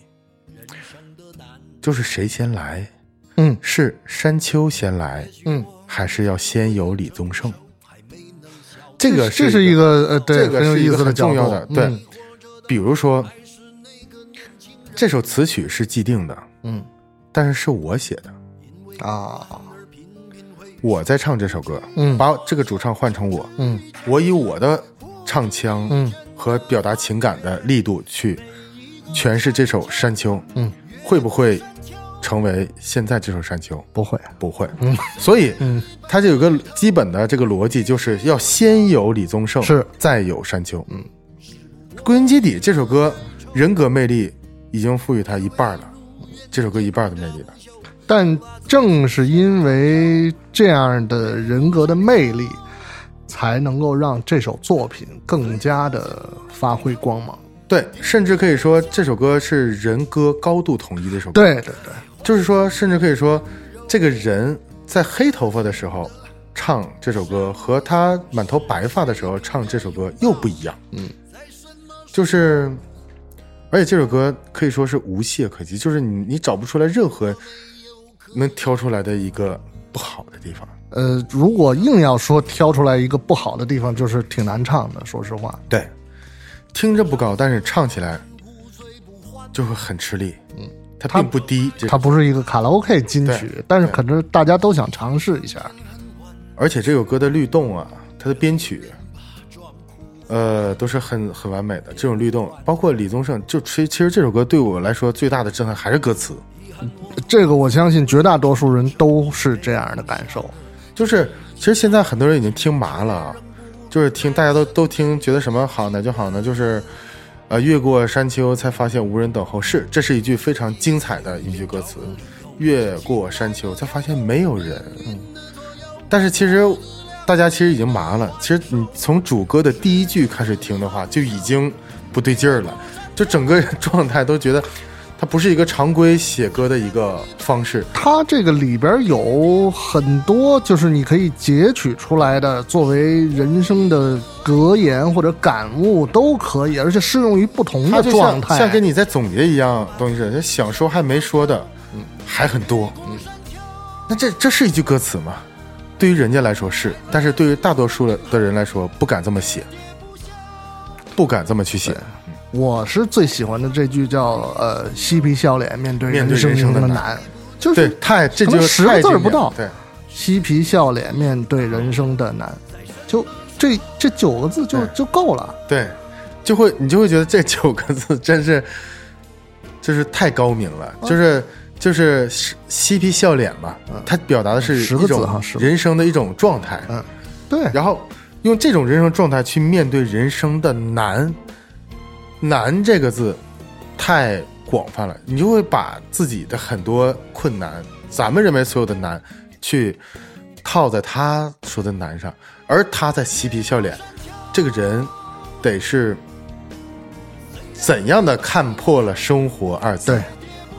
Speaker 3: 就是谁先来，是山丘先来，还是要先有李宗盛？这
Speaker 2: 是一个对，
Speaker 3: 这个
Speaker 2: 很有意思的
Speaker 3: 是一个很重要的。
Speaker 2: 角度
Speaker 3: 对，比如说这首词曲是既定的，但是是我写的
Speaker 2: 啊，
Speaker 3: 我在唱这首歌，把这个主唱换成我，我以我的唱腔，和表达情感的力度去诠释这首山丘，会不会成为现在这首山丘？
Speaker 2: 不会，
Speaker 3: 所以，它就有个基本的这个逻辑，就是要先有李宗盛，
Speaker 2: 是
Speaker 3: 再有山丘。归根结底，这首歌人格魅力已经赋予它一半了，这首歌一半的魅力了。
Speaker 2: 但正是因为这样的人格的魅力，才能够让这首作品更加的发挥光芒。
Speaker 3: 对，甚至可以说这首歌是人歌高度统一的一首歌。
Speaker 2: 对，
Speaker 3: 就是说，甚至可以说，这个人在黑头发的时候唱这首歌，和他满头白发的时候唱这首歌又不一样。就是，而且这首歌可以说是无懈可击，就是你找不出来任何能挑出来的一个不好的地方。
Speaker 2: 如果硬要说挑出来一个不好的地方，就是挺难唱的，说实话。
Speaker 3: 对，听着不高，但是唱起来就会很吃力。它并不低，
Speaker 2: 它不是一个卡拉 OK 金曲，但是可能大家都想尝试一下。
Speaker 3: 而且这首歌的律动啊，它的编曲，都是很完美的。这种律动，包括李宗盛，其实这首歌对我来说最大的震撼还是歌词。
Speaker 2: 这个我相信绝大多数人都是这样的感受。
Speaker 3: 就是其实现在很多人已经听麻了啊，就是听大家都听，觉得什么好呢就好呢，就是越过山丘才发现无人等候，这是一句非常精彩的一句歌词。越过山丘才发现没有人。但是其实大家其实已经麻了，其实你从主歌的第一句开始听的话就已经不对劲儿了，就整个状态都觉得它不是一个常规写歌的一个方式。
Speaker 2: 它这个里边有很多就是你可以截取出来的作为人生的格言或者感悟都可以，而且适用于不同的状态，
Speaker 3: 像跟你在总结一样东西似的，想说还没说的还很多。那这是一句歌词吗？对于人家来说是，但是对于大多数的人来说不敢这么写，不敢这么去写。
Speaker 2: 我是最喜欢的这句叫嬉皮笑脸面对人生的难，就是
Speaker 3: 对这就
Speaker 2: 10个字不到，
Speaker 3: 对，
Speaker 2: 嬉皮笑脸面对人生的难，就这9个字就够了。
Speaker 3: 对，你就会觉得这9个字真是就是太高明了，就是嬉皮笑脸嘛，它表达的是一种人生的一种状态。
Speaker 2: 对，
Speaker 3: 然后用这种人生状态去面对人生的难这个字太广泛了，你就会把自己的很多困难，咱们认为所有的难，去套在他说的难上，而他在嬉皮笑脸，这个人得是怎样的看破了生活2字。
Speaker 2: 对，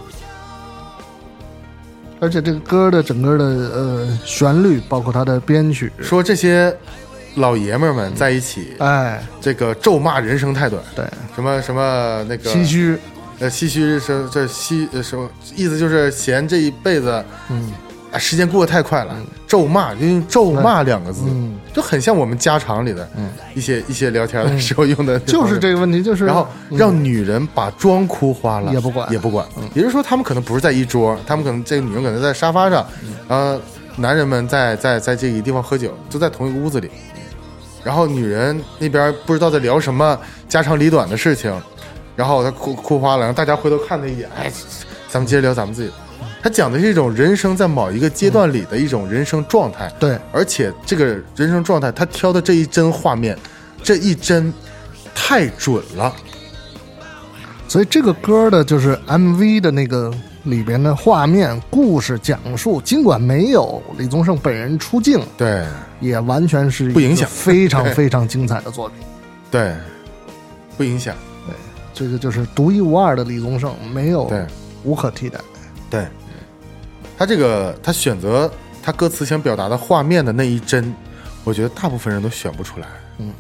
Speaker 2: 而且这个歌的整个的旋律，包括它的编曲，
Speaker 3: 说这些老爷们儿们在一起，这个咒骂人生太短，
Speaker 2: 对，
Speaker 3: 什么那个
Speaker 2: 唏嘘，
Speaker 3: 唏嘘是这什么意思？就是嫌这一辈子，时间过得太快了。咒骂就用咒骂2个字，就很像我们家常里的一些聊天的时候用的，
Speaker 2: 就是这个问题，就是
Speaker 3: 然后让女人把妆哭花了
Speaker 2: 也不管，
Speaker 3: 也就是说他们可能不是在一桌，他们可能这个女人可能在沙发上， 男人们在这个地方喝酒，就在同一个屋子里，然后女人那边不知道在聊什么家长里短的事情，然后他哭花了，然后大家回头看他一眼，哎，咱们接着聊咱们自己的。他讲的是一种人生在某一个阶段里的一种人生状态，
Speaker 2: 对，
Speaker 3: 而且这个人生状态，他挑的这一帧画面，这一帧太准了。
Speaker 2: 所以这个歌的就是 MV 的那个里边的画面、故事讲述，尽管没有李宗盛本人出镜，
Speaker 3: 对，
Speaker 2: 也完全是
Speaker 3: 不影响，
Speaker 2: 非常非常精彩的作品。
Speaker 3: 对，不影响。
Speaker 2: 对，这个就是独一无二的李宗盛，没有，
Speaker 3: 对，
Speaker 2: 无可替代。
Speaker 3: 对，他选择他歌词想表达的画面的那一帧，我觉得大部分人都选不出来。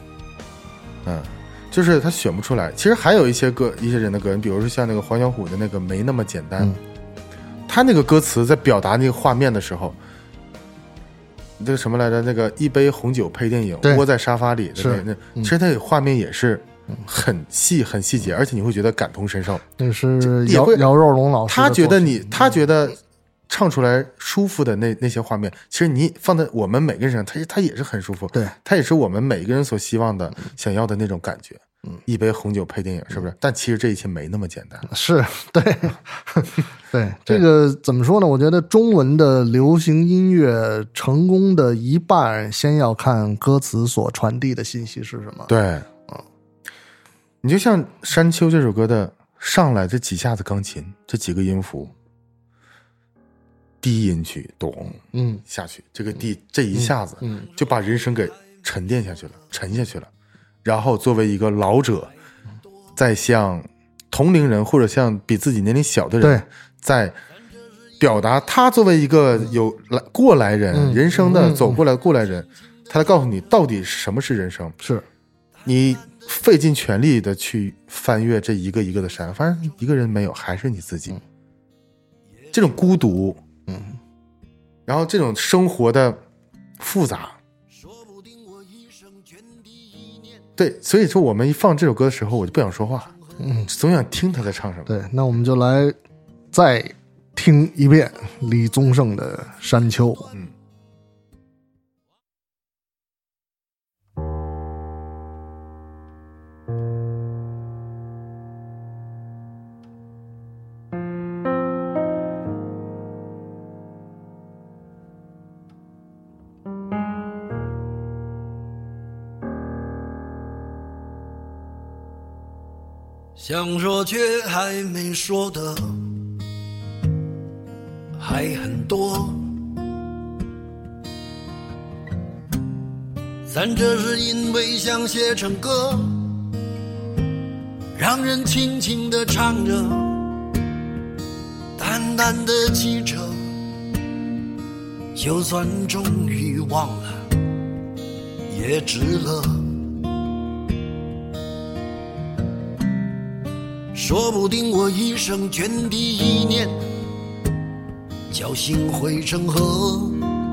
Speaker 3: 就是他选不出来。其实还有一些人的歌，比如说像那个黄小琥的那个没那么简单，他那个歌词在表达那个画面的时候，这个什么来着？那个一杯红酒配电影，窝在沙发里的其实那个画面也是很细很细节，而且你会觉得感同身受。
Speaker 2: 那是姚若龙老师的，
Speaker 3: 他觉得唱出来舒服的那些画面，其实你放在我们每个人身上，他也是很舒服。
Speaker 2: 对，
Speaker 3: 他也是我们每一个人所希望的、想要的那种感觉。一杯红酒配电影，是不是？但其实这一切没那么简单。
Speaker 2: 是，对，对，这个怎么说呢？我觉得中文的流行音乐成功的一半，先要看歌词所传递的信息是什么。
Speaker 3: 对，你就像《山丘》这首歌的上来这几下子钢琴，这几个音符。低音区咚，下去，这个这一下子，就把人生给沉淀下去了，沉下去了。然后作为一个老者，在向同龄人或者像比自己年龄小的人，在表达他作为一个过来人，人生的走过来过来人，他来告诉你到底什么是人生。
Speaker 2: 是
Speaker 3: 你费尽全力的去翻越这一个一个的山，发现一个人没有，还是你自己。这种孤独。然后这种生活的复杂，对，所以说我们一放这首歌的时候，我就不想说话，总想听他在唱什么。
Speaker 2: 对，那我们就来再听一遍李宗盛的《山丘》。
Speaker 5: 想说却还没说的还很多，咱这是因为想写成歌，让人轻轻地唱着，淡淡的记着，就算终于忘了也值了。说不定我一生涓滴一念，侥幸汇成河，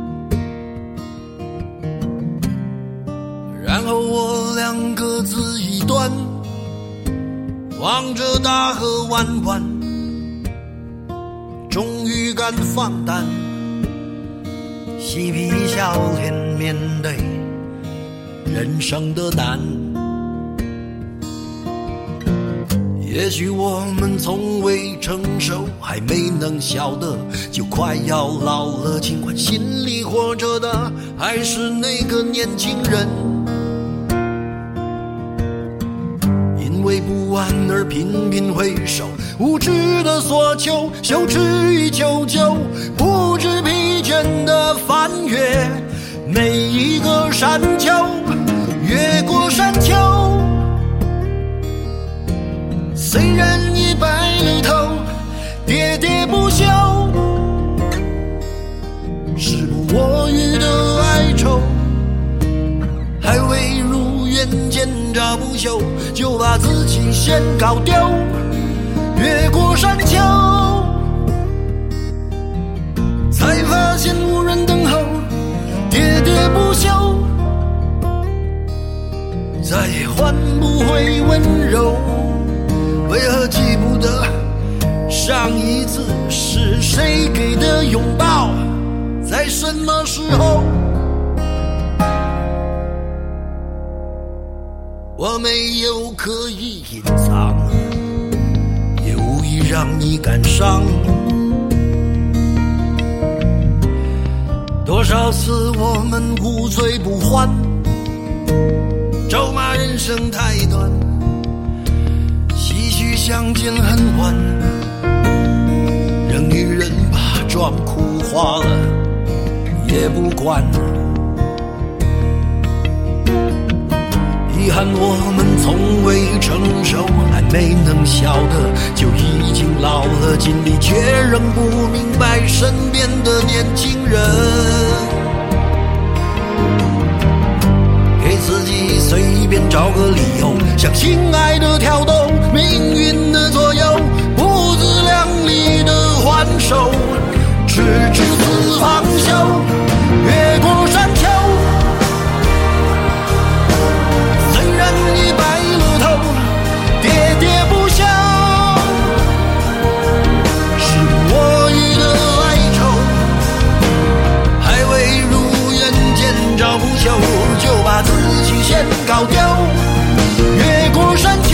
Speaker 5: 然后我俩各自一端，望着大河弯弯，终于敢放胆，嬉皮笑脸面对人生的难。也许我们从未成熟，还没能晓得，就快要老了，尽管心里活着的还是那个年轻人。因为不安而频频回首，无知的索求，羞耻与求救，不知疲倦的翻越每一个山丘，越过山丘。虽然已白了头，喋喋不休，时不我予的哀愁，还未如愿见着不朽，就把自己先搞丢。越过山丘，才发现无人等候，喋喋不休，再也换不回温柔。为何记不得上一次是谁给的拥抱？ 在什么时候？我没有刻意隐藏，也无意让你感伤。多少次我们无醉不欢，咒骂人生太短，唏嘘相见恨晚，让女人把妆哭花了也不管。遗憾我们从未成熟，还没能晓得就已经老了，尽力却仍不明白身边的年轻人。给自己随便找个理由，向心爱的挑逗，命运的左右，不自量力的还手，直至死方休，越过山丘。已白了头，喋喋不休，是我予的哀愁，还未如愿见着不朽，就把自己先搞掉，越过山丘，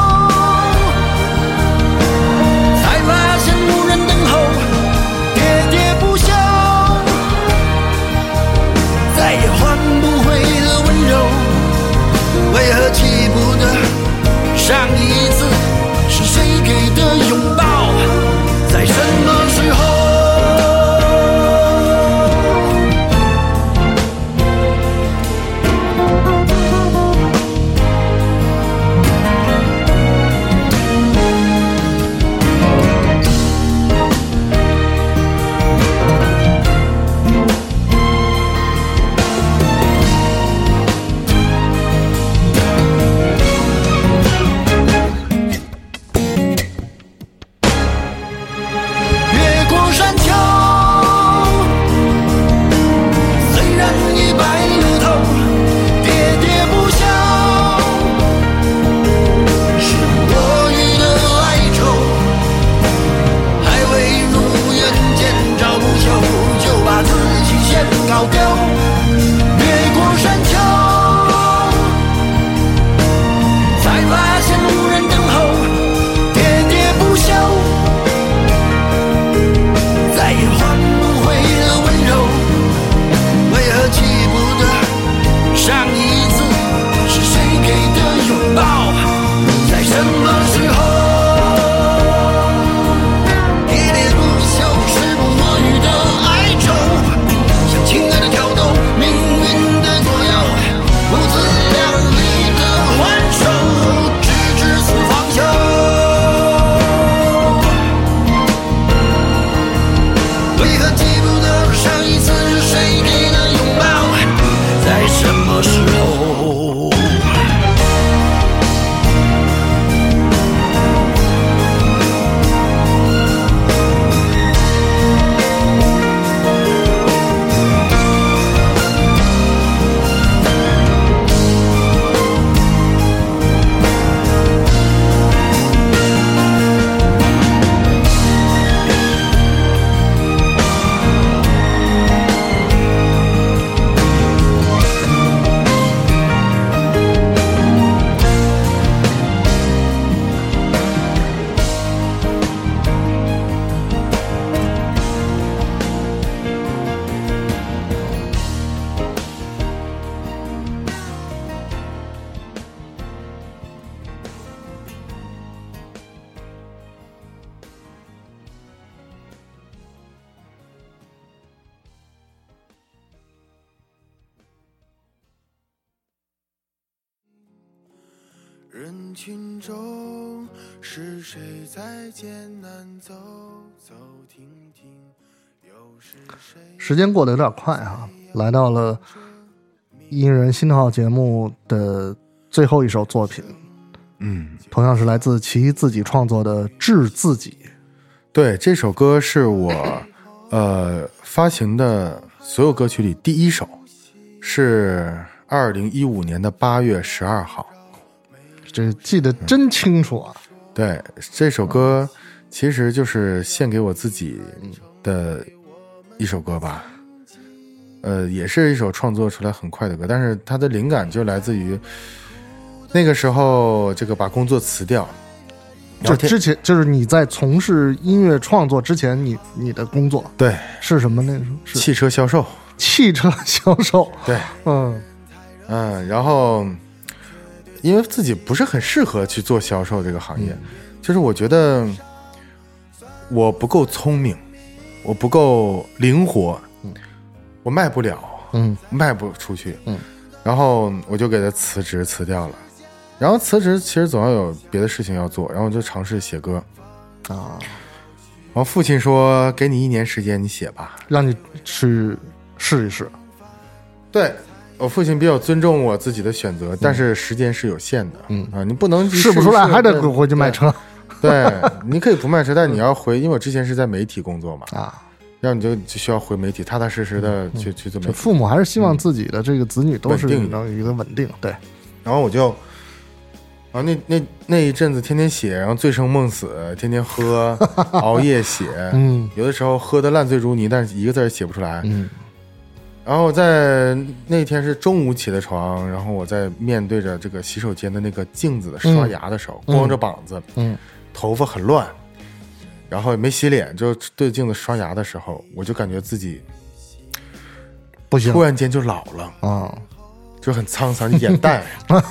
Speaker 5: 才发现无人等候，喋喋不休，再也换不回的温柔，为何记不得上一次是谁给的拥抱，在什么时候？
Speaker 1: 人群中是谁在艰难走走停停，又是谁？
Speaker 2: 时间过得有点快啊，来到了音人新号节目的最后一首作品，同样是来自其自己创作的《致自己》。
Speaker 3: 对，这首歌是我发行的所有歌曲里第一首，是2015年的8月12号。
Speaker 2: 这记得真清楚啊！
Speaker 3: 对，这首歌其实就是献给我自己的一首歌吧。 也是一首创作出来很快的歌，但是它的灵感就来自于那个时候这个把工作辞掉。
Speaker 2: 就之前就是你在从事音乐创作之前，你的工作
Speaker 3: 对
Speaker 2: 是什么？那个是
Speaker 3: 汽车销售。
Speaker 2: 汽车销售，
Speaker 3: 对，然后因为自己不是很适合去做销售这个行业，就是我觉得我不够聪明，我不够灵活，我卖不了，卖不出去，然后我就给他辞掉了。然后辞职其实总要有别的事情要做，然后我就尝试写歌啊。然后父亲说：“给你1年时间，你写吧，
Speaker 2: 让你去试一试。”
Speaker 3: 对，我父亲比较尊重我自己的选择，但是时间是有限的，你不能
Speaker 2: 试不出来还得回去卖车。
Speaker 3: 对，你可以不卖车，但你要回，因为我之前是在媒体工作嘛，然后你就需要回媒体，踏踏实实的去做媒体。
Speaker 2: 父母还是希望自己的这个子女都是能有一个稳定，对。
Speaker 3: 然后我就。然后那一阵子天天写，然后醉生梦死，天天喝，熬夜写，有的时候喝得烂醉如泥，但是一个字也写不出来，然后在那天是中午起的床，然后我在面对着这个洗手间的那个镜子的刷牙的时候，光着膀子，头发很乱，然后也没洗脸，就对镜子刷牙的时候，我就感觉自己
Speaker 2: 不行，
Speaker 3: 突然间就老了就很沧桑，眼袋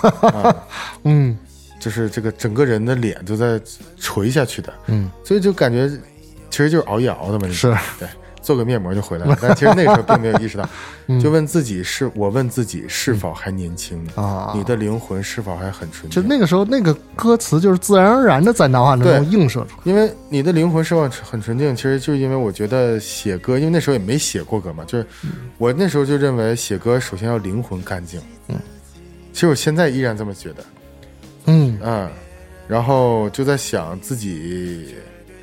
Speaker 3: 就是这个整个人的脸都在垂下去的，所以就感觉其实就是熬一熬的嘛，
Speaker 2: 是
Speaker 3: 对，做个面膜就回来了。但其实那个时候并没有意识到，就问自己我问自己是否还年轻你的灵魂是否还很纯净？
Speaker 2: 就那个时候那个歌词就是自然而然的在脑海中映射出来，
Speaker 3: 因为你的灵魂是否很纯净，其实就是因为我觉得写歌，因为那时候也没写过歌嘛，就是我那时候就认为写歌首先要灵魂干净，其实我现在依然这么觉得。然后就在想自己，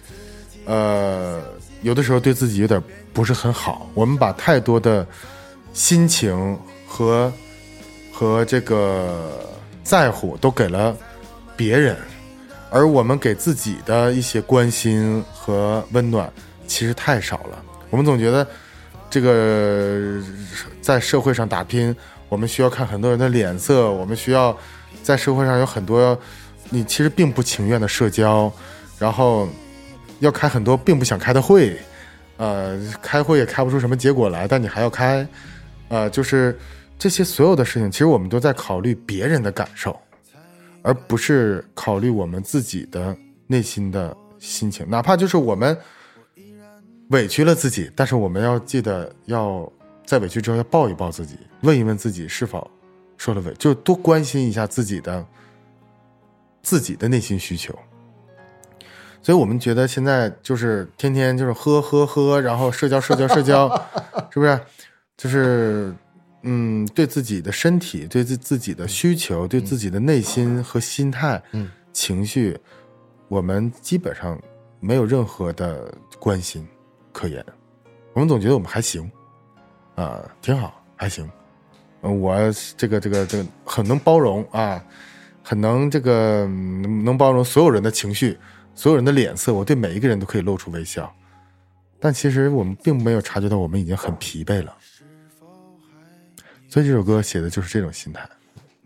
Speaker 3: 有的时候对自己有点不是很好。我们把太多的心情和这个在乎都给了别人，而我们给自己的一些关心和温暖其实太少了。我们总觉得这个在社会上打拼，我们需要看很多人的脸色，我们需要在社会上有很多你其实并不情愿的社交，然后要开很多并不想开的会，开会也开不出什么结果来，但你还要开，就是这些所有的事情，其实我们都在考虑别人的感受，而不是考虑我们自己的内心的心情。哪怕就是我们委屈了自己，但是我们要记得要在委屈之后要抱一抱自己，问一问自己是否受了委，就多关心一下自己的内心需求。所以我们觉得现在就是天天就是喝，然后社交，是不是？就是对自己的身体，对自己的需求，对自己的内心和心态、情绪，我们基本上没有任何的关心可言。我们总觉得我们还行，挺好，还行。我这个很能包容啊，很能能包容所有人的情绪，所有人的脸色，我对每一个人都可以露出微笑。但其实我们并没有察觉到我们已经很疲惫了。所以这首歌写的就是这种心态。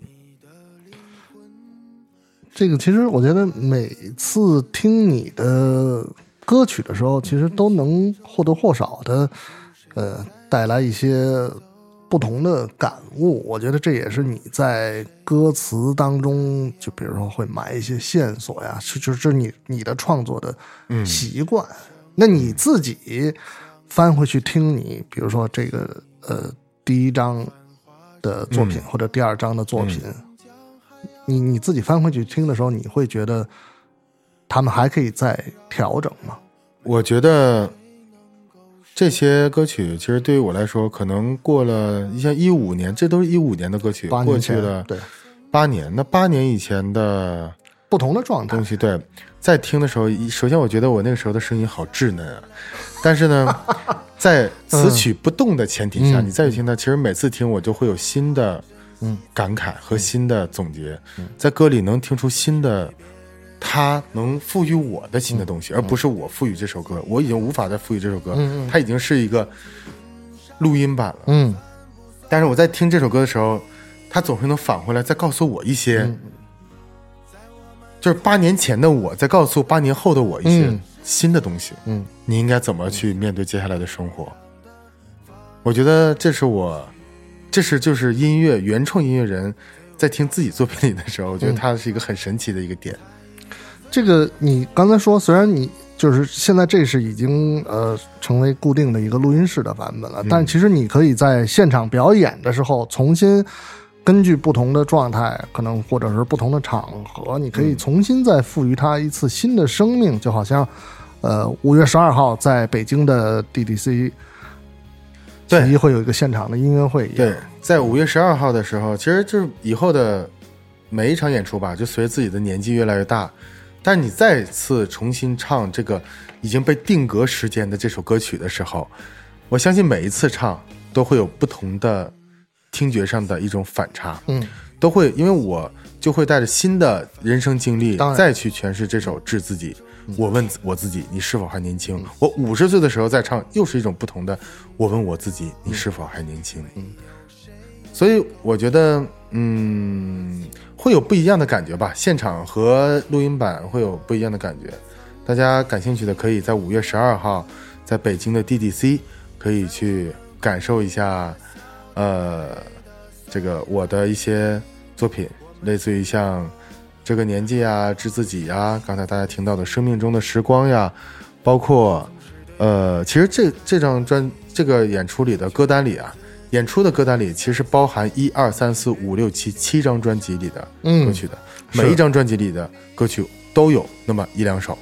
Speaker 2: 这个其实我觉得每次听你的歌曲的时候，其实都能或多或少的带来一些不同的感悟。我觉得这也是你在歌词当中，就比如说会埋一些线索呀，就是你的创作的习惯。那你自己翻回去听你比如说这个第一章的作品或者第二章的作品，你自己翻回去听的时候，你会觉得他们还可以再调整吗？
Speaker 3: 我觉得这些歌曲其实对于我来说，可能过了像15年，这都是15年的歌曲，过去了
Speaker 2: 对
Speaker 3: 8年，那8年以前的
Speaker 2: 不同的状态
Speaker 3: 东西，对，在听的时候，首先我觉得我那个时候的声音好稚嫩啊，但是呢，在词曲不动的前提下，你再去听它，其实每次听我就会有新的感慨和新的总结，在歌里能听出新的，它能赋予我的新的东西，而不是我赋予这首歌，我已经无法再赋予这首歌，它已经是一个录音版了，但是我在听这首歌的时候，他总是能返回来再告诉我一些，就是8年前的我在告诉8年后的我一些新的东西，你应该怎么去面对接下来的生活。我觉得这是就是音乐原创音乐人在听自己作品里的时候，我觉得它是一个很神奇的一个点。
Speaker 2: 这个你刚才说，虽然你就是现在这是已经成为固定的一个录音室的版本了，但其实你可以在现场表演的时候重新根据不同的状态，可能或者是不同的场合，你可以重新再赋予它一次新的生命，就好像5月12号在北京的 DDC 对会有一个现场的音乐会一样。
Speaker 3: 对，在5月12号的时候，其实就是以后的每一场演出吧，就随着自己的年纪越来越大，但是你再次重新唱这个已经被定格时间的这首歌曲的时候，我相信每一次唱都会有不同的听觉上的一种反差，都会，因为我就会带着新的人生经历再去诠释这首《致自己》。我问我自己，你是否还年轻？我50岁的时候再唱，又是一种不同的。我问我自己，你是否还年轻？所以我觉得，会有不一样的感觉吧。现场和录音版会有不一样的感觉。大家感兴趣的，可以在5月12号，在北京的 DDC 可以去感受一下，这个我的一些作品，类似于像这个年纪啊，致自己啊，刚才大家听到的生命中的时光呀，包括其实这张这个演出里的歌单里啊，演出的歌单里其实包含1、2、3、4、5、6、7张专辑里的歌曲的，每一张专辑里的歌曲都有那么1、2首。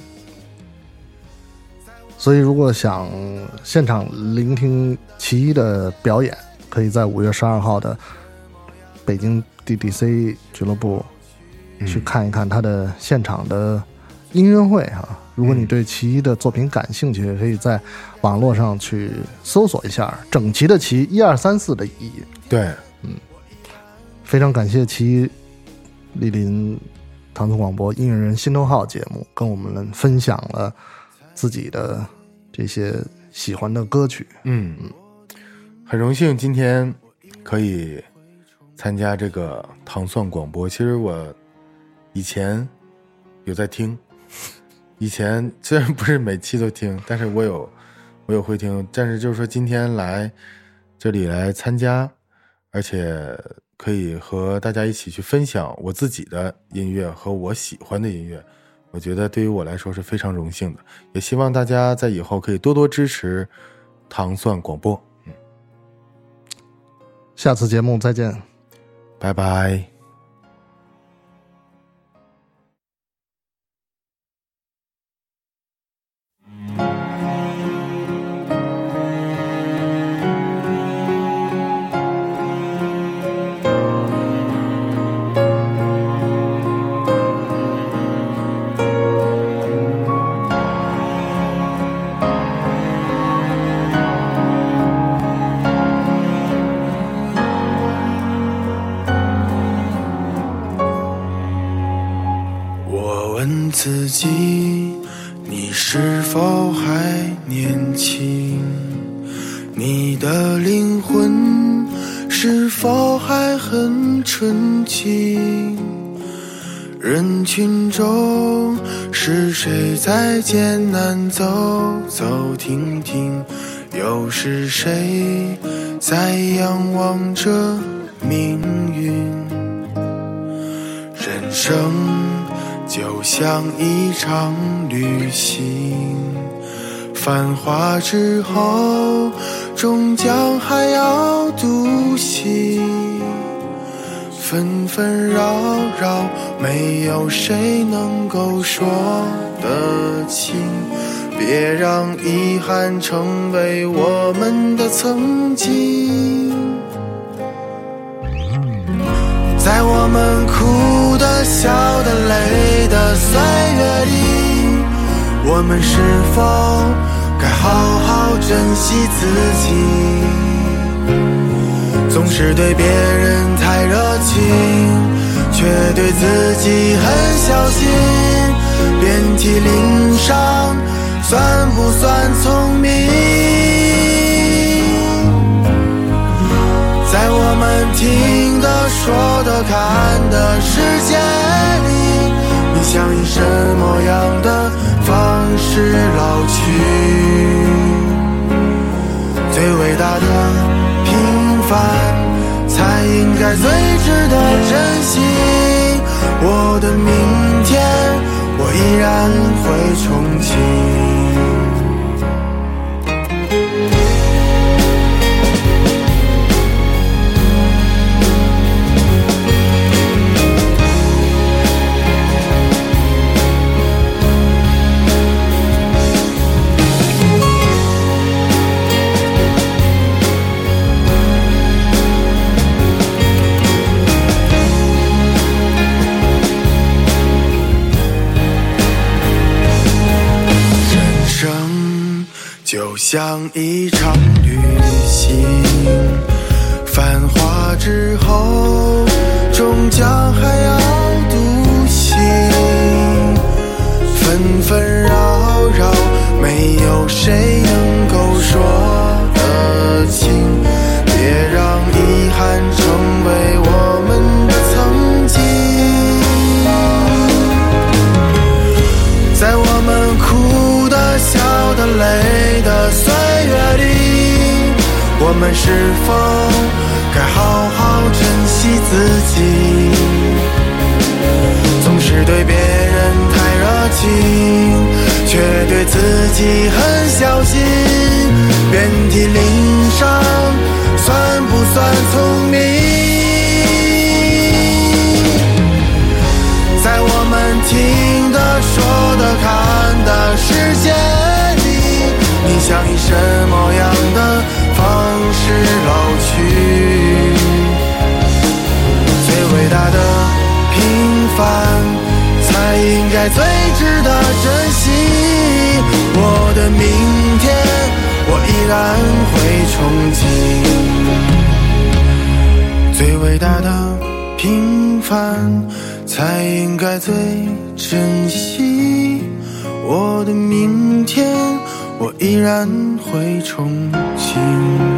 Speaker 2: 所以如果想现场聆听其一的表演，可以在5月12号的北京 DDC 俱乐部去看一看他的现场的音乐会哈。如果你对其一的作品感兴趣，可以在网络上去搜索一下整齐的齐1、2、3、4的一。
Speaker 3: 对，
Speaker 2: 非常感谢其一莅临唐宋广播音乐人心头号节目，跟我们分享了自己的这些喜欢的歌曲。
Speaker 3: 很荣幸今天可以参加这个糖蒜广播。其实我以前有在听，以前虽然不是每期都听，但是我有会听。但是就是说今天来这里来参加，而且可以和大家一起去分享我自己的音乐和我喜欢的音乐，我觉得对于我来说是非常荣幸的。也希望大家在以后可以多多支持糖蒜广播。
Speaker 2: 下次节目再见，
Speaker 3: 拜拜。
Speaker 1: 自己，你是否还年轻？你的灵魂是否还很纯净？人群中是谁在艰难走走停停？又是谁在仰望着命运？人生就像一场旅行，繁华之后终将还要独行，纷纷扰扰没有谁能够说得清，别让遗憾成为我们的曾经。在我们哭的、笑的、累的岁月里，我们是否该好好珍惜自己？总是对别人太热情，却对自己很小心，遍体鳞伤算不算聪明？ 听的、说的、看的世界里，你想以什么样的方式老去？最伟大的平凡才应该最值得珍惜。我的明天我依然会重启。就像一场旅行，繁华之后终将还要独行，纷纷扰扰没有谁能够说得清，别让遗憾成为我们的曾经。在我们哭的、笑的、累的岁月里，我们是否该好好珍惜自己？总是对别人太热情，却对自己很小心，遍体鳞伤算不算聪明？在我们听的、说的、看的世界里，你想以什么样的方式老去？最伟大的平凡才应该最值得珍惜。我的明天我依然会重启。最伟大的平凡才应该最珍惜。我的明天我依然会重启。